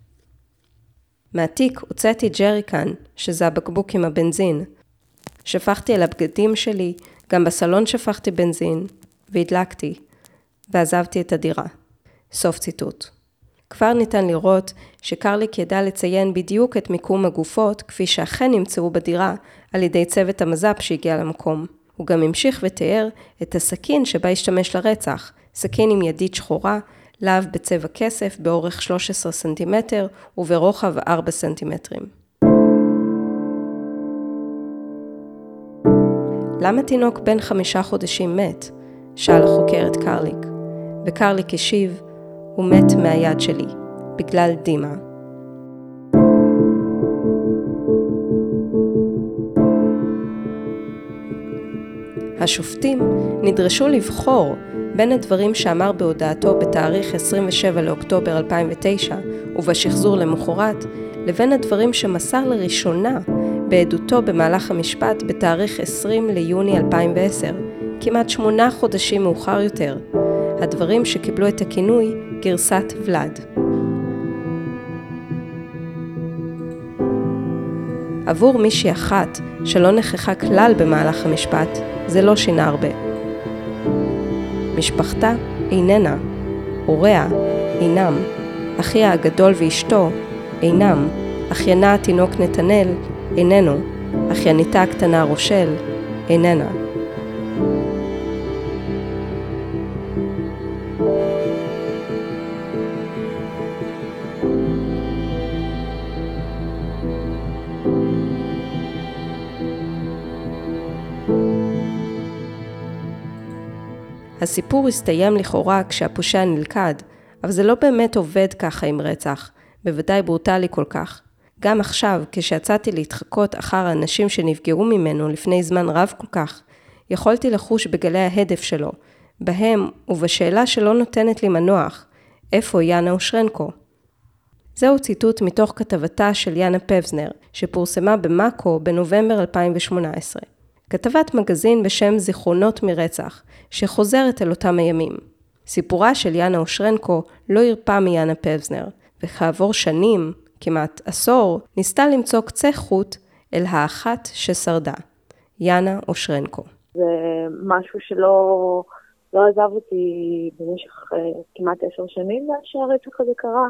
מהתיק הוצאתי ג'ריקן, שזה הבקבוק עם הבנזין. שפכתי על הבגדים שלי, גם בסלון שפכתי בנזין, והדלקתי, ועזבתי את הדירה. סוף ציטוט. כבר ניתן לראות שקרליק ידע לציין בדיוק את מיקום הגופות, כפי שאכן נמצאו בדירה על ידי צוות המז"פ שהגיע למקום. הוא גם המשיך ותיאר את הסכין שבה השתמש לרצח, סכין עם ידית שחורה, להב בצבע כסף באורך שלושה עשר סנטימטר וברוחב ארבעה סנטימטרים. למה תינוק בן חמישה חודשים מת? שאל החוקרת קרליק. וקרליק השיב, הוא מת מהיד שלי, בגלל דימה. השופטים נדרשו לבחור בין הדברים שאמר בהודעתו בתאריך עשרים ושבעה לאוקטובר אלפיים ותשע ובשחזור למחרת, לבין הדברים שמסר לראשונה בעדותו במהלך המשפט בתאריך עשרים ליוני אלפיים ועשר, כמעט שמונה חודשים מאוחר יותר, הדברים שקיבלו את הכינוי גרסת ולד. עבור מישהי אחת שלא נכחה כלל במהלך המשפט, זה לא שינה הרבה. משפחתה איננה, הוריה אינם, אחיה הגדול ואשתו אינם, אחיינה התינוק נתנאל איננו, אחייניתה הקטנה רושל איננה. הסיפור הסתיים לכאורה כשהפושע נלכד, אבל זה לא באמת עובד ככה עם רצח, בוודאי ברוטלי כל כך. גם עכשיו, כשיצאתי להתחקות אחר האנשים שנפגעו ממנו לפני זמן רב כל כך, יכולתי לחוש בגלי ההדף שלו, בהם ובשאלה שלא נותנת לי מנוח, איפה יאנה אושרנקו? זהו ציטוט מתוך כתבתה של יאנה פבזנר, שפורסמה במאקו בנובמבר אלפיים ושמונה עשרה. כתבת מגזין בשם זיכרונות מרצח, שחוזרת אל אותם הימים. סיפורה של יאנה אושרנקו לא הרפה מיאנה פבזנר, וכעבור שנים, כמעט עשור, ניסתה למצוא קצה חוט אל האחת ששרדה, יאנה אושרנקו. זה משהו שלא לא עזב אותי במשך uh, כמעט עשר שנים מאז שהרצח הזה קרה,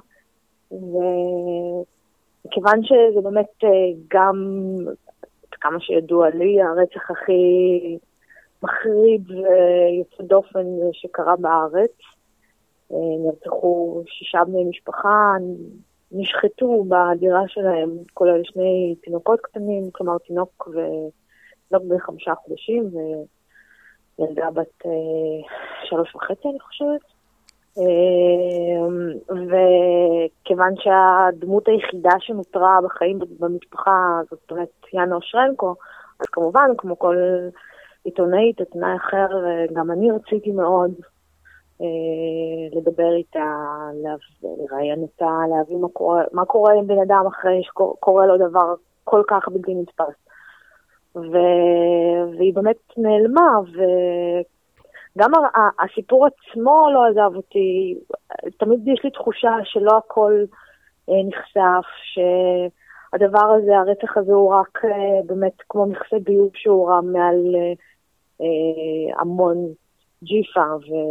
וכיוון שזה באמת uh, גם, כמה שידוע לי, הרצח הכי מחריד ויוצא דופן שקרה בארץ. Uh, נרצחו שישה בני משפחה, נשחטו בדירה שלהם, כולל שני תינוקות קטנים, כלומר תינוק ו... תינוק בן חמישה חודשים, וילדה בת אה, שלוש וחצי, אני חושבת. אה, וכיוון שהדמות היחידה שנותרה בחיים במשפחה, זאת אומרת יאנה אושרנקו, אז כמובן, כמו כל עיתונאית, עיתונאי אחר, גם אני רציתי מאוד אה, לדבר איתה, לראיין אותה, להבין מה קורה, מה קורה עם בן אדם אחרי שקורה לו דבר כל כך בלתי נתפס. ו... והיא באמת נעלמה, וגם הסיפור עצמו לא עזב אותי. תמיד יש לי תחושה שלא הכל נחשף, שהדבר הזה, הרצח הזה הוא רק באמת כמו מכסה ביוב שהוא רם מעל המון ג'יפה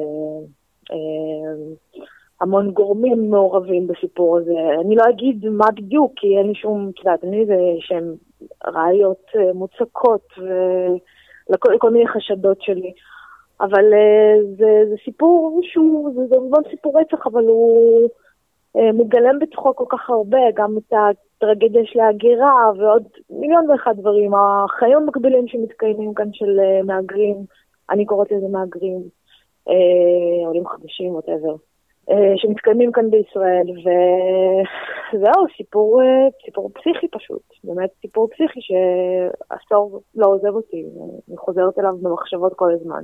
והמון גורמים מעורבים בסיפור הזה. אני לא אגיד מה בדיוק, כי אין לי שום, תדעת, אני זה שהם ראיות מוצקות ולכל כל מיני חשדות שלי, אבל זה, זה סיפור שהוא, זה, זה לא סיפור רצח, אבל הוא מגלם בתוכו כל כך הרבה, גם את הטרגדיה של ההגירה ועוד מיליון ואחד דברים, החיים המקבילים שמתקיימים כאן של מהגרים, אני קוראת לזה מהגרים, עולים חדשים, whatever. שמתקיימים כאן בישראל, וזהו, סיפור, סיפור פסיכי פשוט, באמת סיפור פסיכי שעשור לא עוזב אותי, אני חוזרת אליו במחשבות כל הזמן,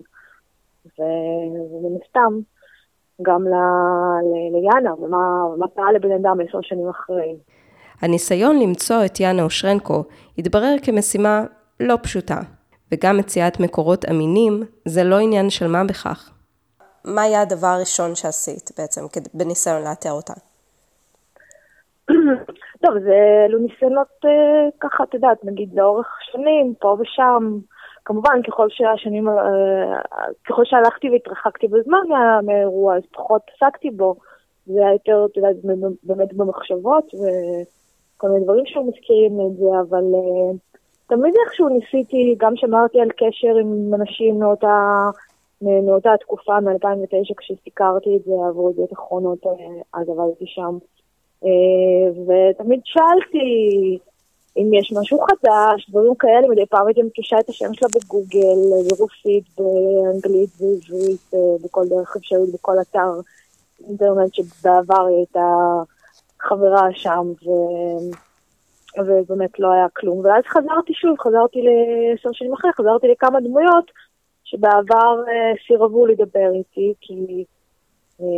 ומסתם גם ליאנה, ומה פעל לבן אדם עשר שנים אחרי. הניסיון למצוא את יאנה אושרנקו התברר כמשימה לא פשוטה, וגם מציאת מקורות אמינים זה לא עניין של מה בכך. מה היה הדבר הראשון שעשית בעצם, בניסיון לאתר אותה? טוב, זה אלו ניסיונות אה, ככה, את יודעת, נגיד לאורך שנים, פה ושם, כמובן ככל שהשנים, אה, ככל שהלכתי והתרחקתי בזמן מהאירוע, אז פחות עסקתי בו, זה היה יותר, את יודעת, באמת במחשבות, וכל מיני דברים שהוא מזכירים את זה, אבל אה, תמיד איכשהו ניסיתי, גם שמרתי על קשר עם אנשים מאותה, מאותה התקופה, מ-אלפיים ותשע, כשסיקרתי את זה עבור ידיעות אחרונות, אז עבדתי שם. ותמיד שאלתי אם יש משהו חדש, דברים כאלה, מדי פעם הייתי מקישה את השם שלה בגוגל, ברוסית, באנגלית, בעברית, בכל דרך אפשרית, בכל אתר אינטרנט שבעבר היא הייתה חברה שם, ו... ובאמת לא היה כלום. ואז חזרתי שוב, חזרתי לעשר שנים אחרי, חזרתי לכמה דמויות, שבעבר אה, סירבו לדבר איתי, כי, אה,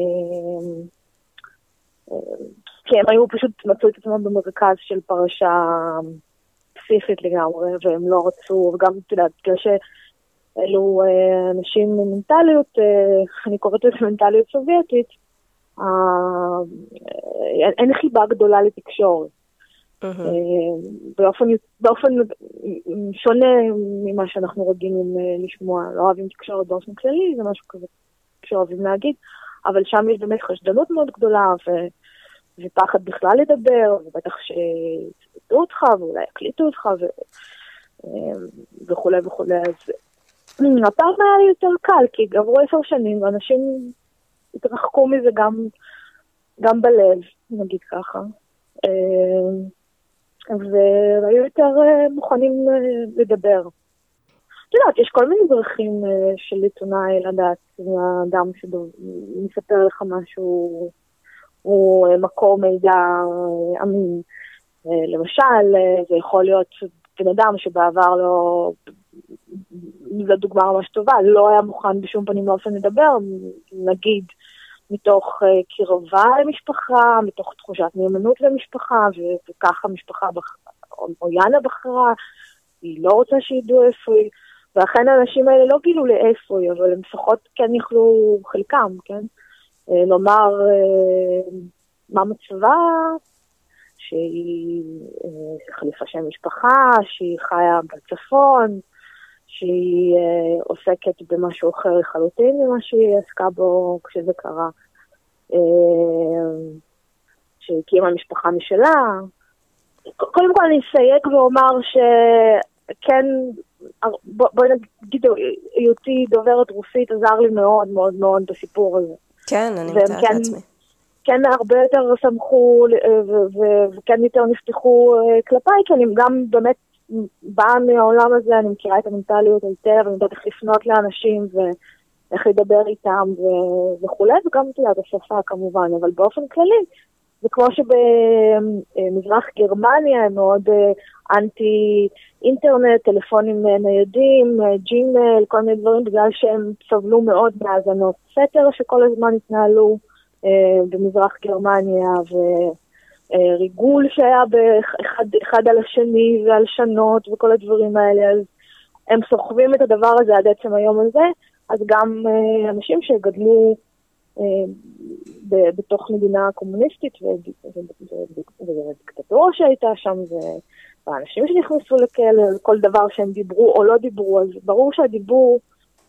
אה, כי הם היו פשוט מצאו את עצמם במרכז של פרשה פסיכית לגמרי, והם לא רצו, וגם, אתה יודע, בגלל שאלו אה, אנשים מנטליות, אה, אני קוראת לזה מנטליות סובייטית, אה, אה, אין חיבה גדולה לתקשורת. Uh-huh. באופן, באופן שונה ממה שאנחנו רגילים לשמוע, לא אוהבים תקשורת באופן כללי, זה משהו כזה שאוהבים להגיד, אבל שם יש באמת חשדנות מאוד גדולה, ו, ופחד בכלל לדבר, ובטח שיצטטו אותך, ואולי יקליטו אותך, ו, וכו' וכו'. אז הפעם היה לי יותר קל, כי עברו עשר שנים, ואנשים התרחקו מזה גם, גם בלב, נגיד ככה. והיו יותר מוכנים לדבר. את יודעת, יש כל מיני דרכים של עיתונאי לדעת, האדם שמספר לך משהו, הוא מקור מידע אמין. למשל, זה יכול להיות בן אדם שבעבר לא, זו דוגמה ממש טובה, לא היה מוכן בשום פנים לאופן לדבר, נגיד, מתוך uh, קרבה למשפחה, מתוך תחושת נאמנות למשפחה, וככה המשפחה, בח... או, או יאנה בחרה, היא לא רוצה שידעו איפה היא, ואכן האנשים האלה לא גילו לאיפה היא, אבל הם לפחות כן יכלו חלקם, כן? לומר מה מצבה, שהיא חליפה שם משפחה, שהיא חיה בצפון, שהיא עוסקת במשהו אחר לחלוטין ממה שהיא עסקה בו כשזה קרה, שהיא הקימה משפחה משלה. קודם כל אני אסייג ואומר שכן, בואי נגיד, היותי דוברת רוסית עזר לי מאוד מאוד מאוד בסיפור הזה. כן, אני מתארת לעצמי. כן, הרבה יותר שמחו וכן יותר נפתחו כלפיי, כי אני גם באמת באה מהעולם הזה, אני מכירה את המנטליות היטב, אני יודעת איך לפנות לאנשים ואיך לדבר איתם וכולי, וגם את השפה כמובן, אבל באופן כללי, זה כמו שבמזרח גרמניה הם מאוד אנטי אינטרנט, טלפונים ניידים, ג'ימייל, כל מיני דברים, בגלל שהם סבלו מאוד מהאזנות סתר שכל הזמן התנהלו במזרח גרמניה, וריגול שהיה באחד, אחד על השני ועל שנות וכל הדברים האלה, אז הם סוחבים את הדבר הזה עד עצם היום הזה. אז גם אנשים שגדלו בתוך מדינה קומוניסטית ודיקטטורה שהייתה שם, ואנשים שנכנסו לכלא, כל דבר שהם דיברו או לא דיברו, אז ברור שהדיבור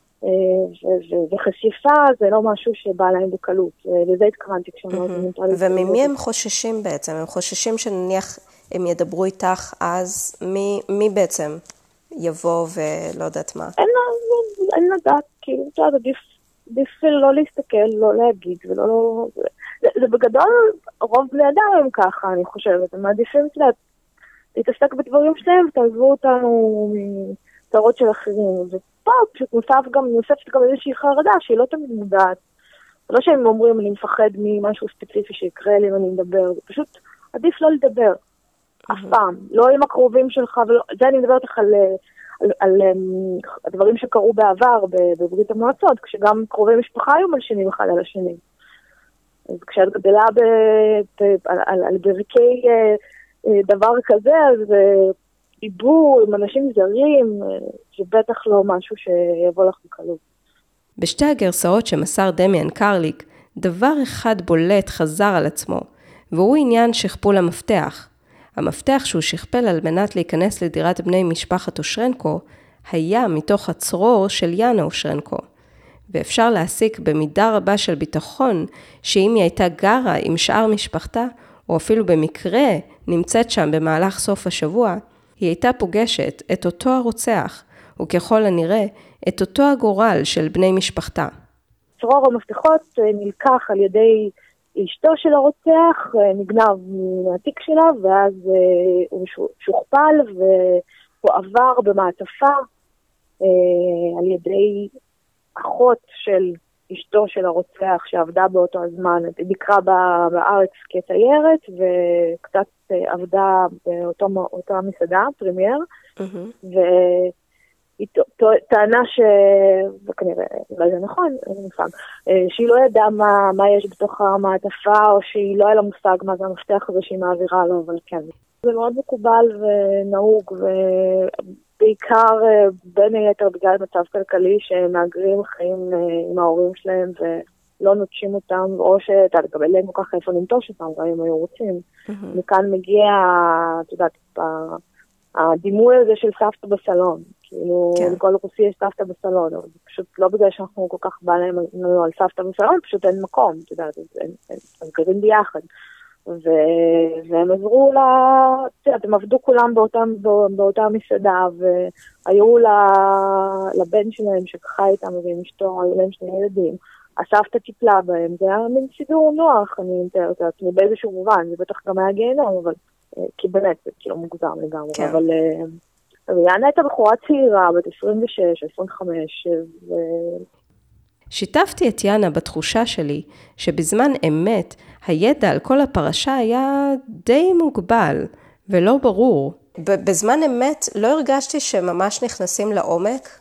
וחשיפה זה לא משהו שבא להם בקלות, לזה התכוונתי כשאמרתי. וממי הם חוששים בעצם? הם חוששים שנניח הם ידברו איתך, אז מי בעצם יבוא ולא יודעת מה? אין לדעת, כאילו, עדיף לא להסתכל, לא להגיד, ולא... זה בגדול, רוב בני אדם הם ככה, אני חושבת, הם מעדיפים להתעסק בדברים שלהם, ותעזבו אותנו מצרות של אחרים, ופה פשוט נוסף גם, נוספת גם איזושהי חרדה, שהיא לא תמיד מודעת. לא שהם אומרים, אני מפחד ממשהו ספציפי שיקרה לי ואני מדבר, זה פשוט עדיף לא לדבר, אף פעם, לא עם הקרובים שלך, זה אני מדברת לך על... על, על הדברים שקרו בעבר בברית המועצות, כשגם קרובי משפחה היו מלשינים אחד על השני. אז כשאת גדלה ב, ב, על, על, על ברכי דבר כזה, אז דיבור עם אנשים זרים, זה בטח לא משהו שיבוא לך בקלות. בשתי הגרסאות שמסר דמיאן קרליק, דבר אחד בולט חזר על עצמו, והוא עניין שכפול המפתח. המפתח שהוא שכפל על מנת להיכנס לדירת בני משפחת אושרנקו, היה מתוך הצרור של יאנה אושרנקו. ואפשר להסיק במידה רבה של ביטחון, שאם היא הייתה גרה עם שאר משפחתה, או אפילו במקרה נמצאת שם במהלך סוף השבוע, היא הייתה פוגשת את אותו הרוצח, וככל הנראה את אותו הגורל של בני משפחתה. צרור המפתחות נלקח על ידי אשתו של הרוצח, נגנב מהתיק שלה, ואז הוא שוכפל והוא עבר במעטפה על ידי אחות של אשתו של הרוצח שעבדה באותו הזמן, ביקרה בארץ כתיירת, וקצת עבדה באותה מסעדה, פרימייר, והיא טענה ש... וכנראה, אולי זה נכון, אין מושג, שהיא לא ידעה מה, מה יש בתוך המעטפה, או שהיא לא היה לה מושג מה זה המפתח הזה שהיא מעבירה לו, אבל כן. זה מאוד מקובל ונהוג, ובעיקר בין היתר בגלל מצב כלכלי, שמאגרים חיים עם ההורים שלהם ולא נוטשים אותם, או שאתה תקבל להם כל כך איפה לנטוש אותם, גם אם היו רוצים. מכאן מגיע, אתה יודעת, הדימוי הזה של סבתא בסלון. כאילו, לכל רוסי יש סבתא בסלון, אבל זה פשוט לא בגלל שאנחנו כל כך בא להם על סבתא בסלון, פשוט אין מקום, אתה יודעת, הם גרים ביחד. והם עזרו לה, אתה יודעת, הם עבדו כולם באותה מסעדה, והיו לבן שלהם שכחה איתם ועם אשתו, היו להם שני ילדים, הסבתא טיפלה בהם, זה היה מין סידור נוח, אני מתארת לעצמי, באיזשהו מובן, זה בטח גם היה גיהנום, אבל, כי באמת, זה כאילו מוגזם לגמרי, אבל... ויאנה הייתה בחורה צעירה, בת עשרים ושש, עשרים וחמש, ו... שיתפתי את יאנה בתחושה שלי, שבזמן אמת, הידע על כל הפרשה היה די מוגבל, ולא ברור. בזמן אמת לא הרגשתי שממש נכנסים לעומק,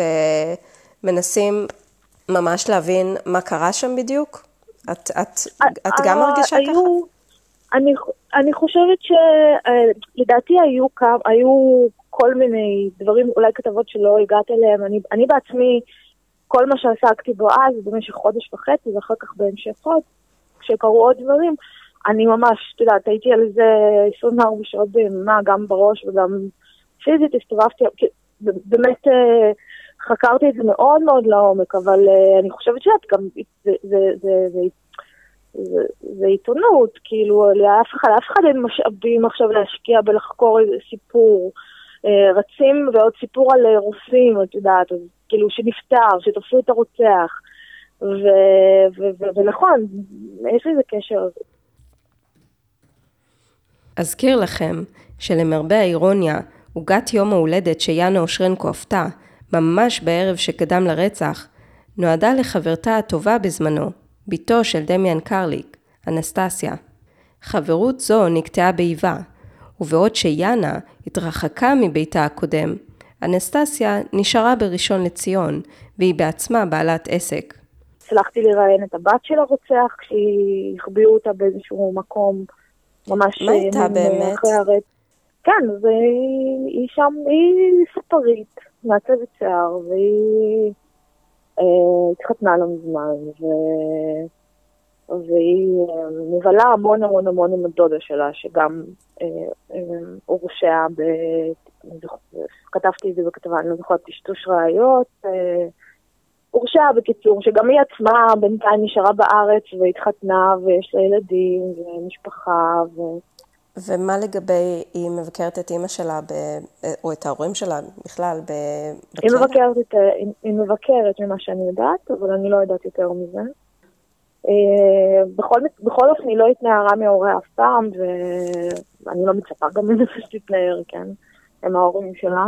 ומנסים ממש להבין מה קרה שם בדיוק. את, את, את גם מרגישה ככה? אני, אני חושבת שלדעתי היו, היו כל מיני דברים, אולי כתבות שלא הגעת אליהם. אני, אני בעצמי, כל מה שעסקתי בו אז, במשך חודש וחצי, ואחר כך בהמשך חודש, כשקרו עוד דברים, אני ממש, אתה יודעת, הייתי על זה עשרים וארבע שעות ביממה, גם בראש וגם פיזית, הסתובבתי, באמת חקרתי את זה מאוד מאוד לעומק, אבל אני חושבת שאת גם, זה, זה, זה, זה, זה, זה עיתונות, כאילו, לאף אחד, לאף אחד אין משאבים עכשיו להשקיע בלחקור איזה סיפור, רצים ועוד סיפור על רוסים, את יודעת, אז כאילו שנפטר, שתפסו את הרוצח, ונכון, יש לזה קשר. אזכיר לכם שלמרבה האירוניה, עוגת יום ההולדת שיאנה אושרנקו עפתה, ממש בערב שקדם לרצח, נועדה לחברתה הטובה בזמנו, ביתו של דמיאן קרליק, אנסטסיה. חברות זו נקטעה באיבה, ובעוד שיאנה התרחקה מביתה הקודם, אנסטסיה נשארה בראשון לציון, והיא בעצמה בעלת עסק. הצלחתי לראיין את הבת של הרוצח, כשהיא החביאו אותה באיזשהו מקום, ממש... מה הייתה באמת? הרצ... כן, והיא שם, היא ספרית, מעצבת שיער, והיא אה, התחתנה לא מזמן, ו... והיא אה, מבלה המון המון המון עם הדודה שלה, שגם אה, אה, הורשעה ב... כתבתי את זה בכתבה, אני לא זוכרת, טשטוש ראיות, אה, הורשעה בקיצור, שגם היא עצמה בינתיים נשארה בארץ והתחתנה ויש לה ילדים ומשפחה. ו... ומה לגבי היא מבקרת את אמא שלה, ב... או את ההורים שלה בכלל ב... היא מבקרת, את... היא מבקרת ממה שאני יודעת, אבל אני לא יודעת יותר מזה. בכל, בכל אופן היא לא התנערה מההורי אף פעם, ואני לא מצפה גם מזה שתתנער, כן? הם ההורים שלה.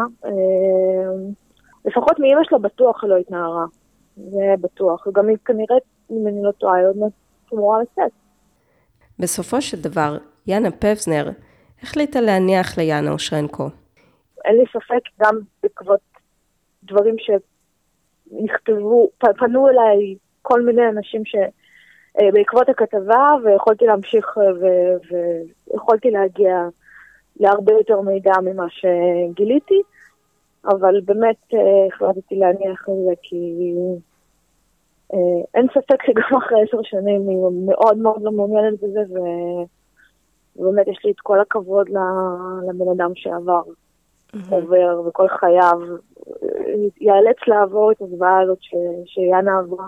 לפחות מאמא שלה בטוח היא לא התנערה. זה בטוח. וגם היא כנראה, אם אני לא טועה, היא עוד מעט אמורה לצאת. בסופו של דבר, יאנה פבזנר החליטה להניח ליאנה אושרנקו. אין לי ספק גם בעקבות דברים שנכתבו, פנו אליי כל מיני אנשים שבעקבות הכתבה, ויכולתי להמשיך ויכולתי להגיע להרבה יותר מידע ממה שגיליתי. אבל באמת החלטתי להניח את זה, כי אין ספק שגם אחרי עשר שנים היא מאוד מאוד לא מעוניינת בזה, ובאמת יש לי את כל הכבוד לבן אדם שעבר, עובר, וכל חייו ייאלץ לעבור את הזוועה הזאת שיאנה עברה.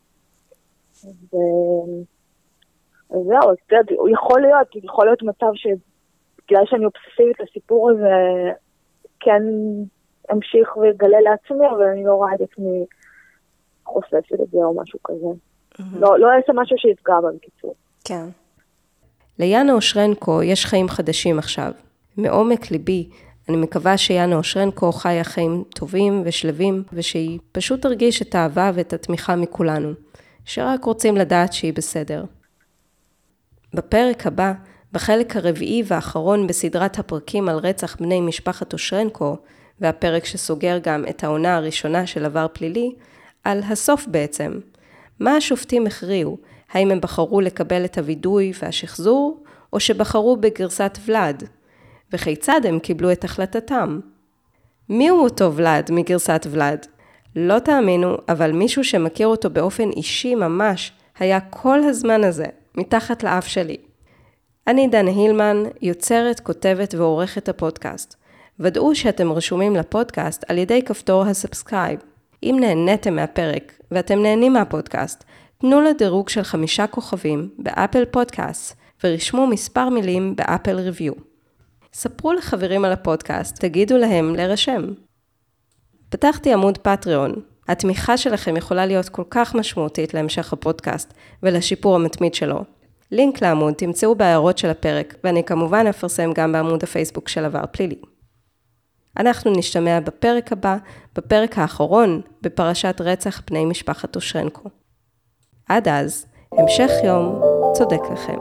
וזהו, אז הוא יכול להיות, יכול להיות מצב שבגלל שאני אובססיבית לסיפור הזה, כן... אמשיך וגלה לעצמי, אבל אני לא רואה את עצמי חושפת את זה או משהו כזה. לא, לא אעשה משהו שיפגע בקיצור. כן. ליאנה אושרנקו יש חיים חדשים עכשיו. מעומק ליבי, אני מקווה שיאנה אושרנקו חיה חיים טובים ושלבים, ושהיא פשוט תרגיש את האהבה ואת התמיכה מכולנו, שרק רוצים לדעת שהיא בסדר. בפרק הבא, בחלק הרביעי והאחרון בסדרת הפרקים על רצח בני משפחת אושרנקו, והפרק שסוגר גם את העונה הראשונה של עבר פלילי, על הסוף בעצם. מה השופטים הכריעו? האם הם בחרו לקבל את הוידוי והשחזור, או שבחרו בגרסת ולד? וכיצד הם קיבלו את החלטתם? מי הוא אותו ולד מגרסת ולד? לא תאמינו, אבל מישהו שמכיר אותו באופן אישי ממש, היה כל הזמן הזה, מתחת לאף שלי. אני דנה הילמן, יוצרת, כותבת ועורכת הפודקאסט. ודאו שאתם רשומים לפודקאסט על ידי כפתור הסאבסקרייב. אם נהניתם מהפרק ואתם נהנים מהפודקאסט, תנו לדירוג של חמישה כוכבים באפל פודקאסט ורשמו מספר מילים באפל ריוויו. ספרו לחברים על הפודקאסט, תגידו להם להירשם. פתחתי עמוד פטריון. התמיכה שלכם יכולה להיות כל כך משמעותית להמשך הפודקאסט ולשיפור המתמיד שלו. לינק לעמוד תמצאו בהערות של הפרק, ואני כמובן אפרסם גם בעמוד הפייסבוק של עבר פלילי. אנחנו נשתמע בפרק הבא, בפרק האחרון, בפרשת רצח בני משפחת אושרנקו. עד אז, המשך יום צודק לכם.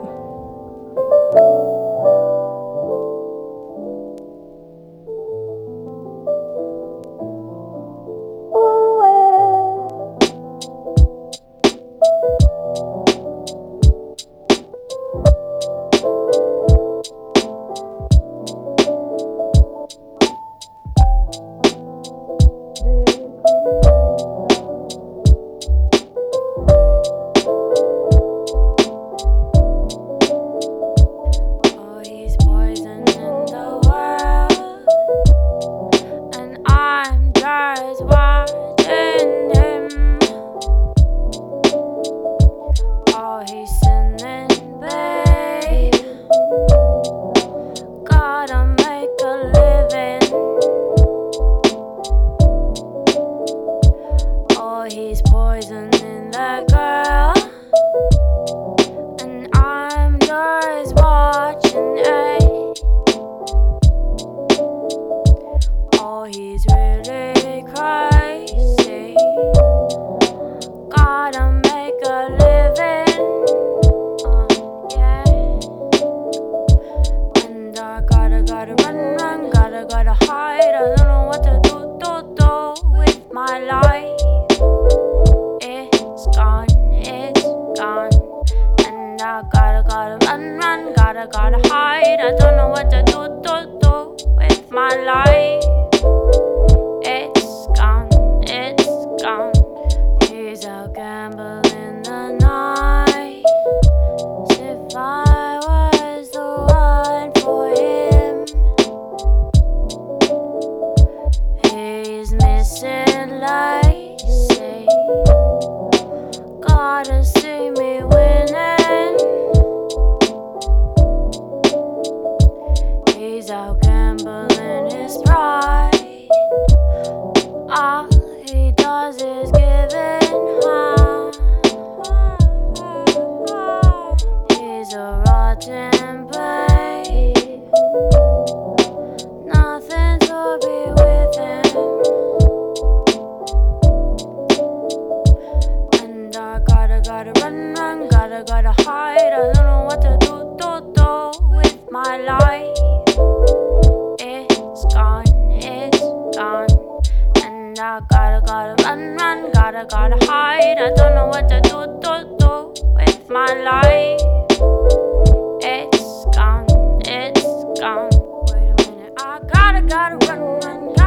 hide. I don't know what to do, do, do with my life. It's gone, it's gone. And I gotta, gotta run, run, gotta, gotta hide. I don't know what to do, do, do with my life. It's gone, it's gone. He's out gambling the night. As if I was the one for him. He's missing lights, say, gotta see me winning. He's out gambling his pride. All he does is give in high. He's a rotten babe. Nothing to be with him. And I gotta, gotta run, run, gotta, gotta hide. I don't know what to do, do, do with my life. It's gone, it's gone. And I gotta, gotta run, run, gotta, gotta hide. I don't know what to do, do, do with my life. It's gone, it's gone. Wait a minute, I gotta, gotta run, run, gotta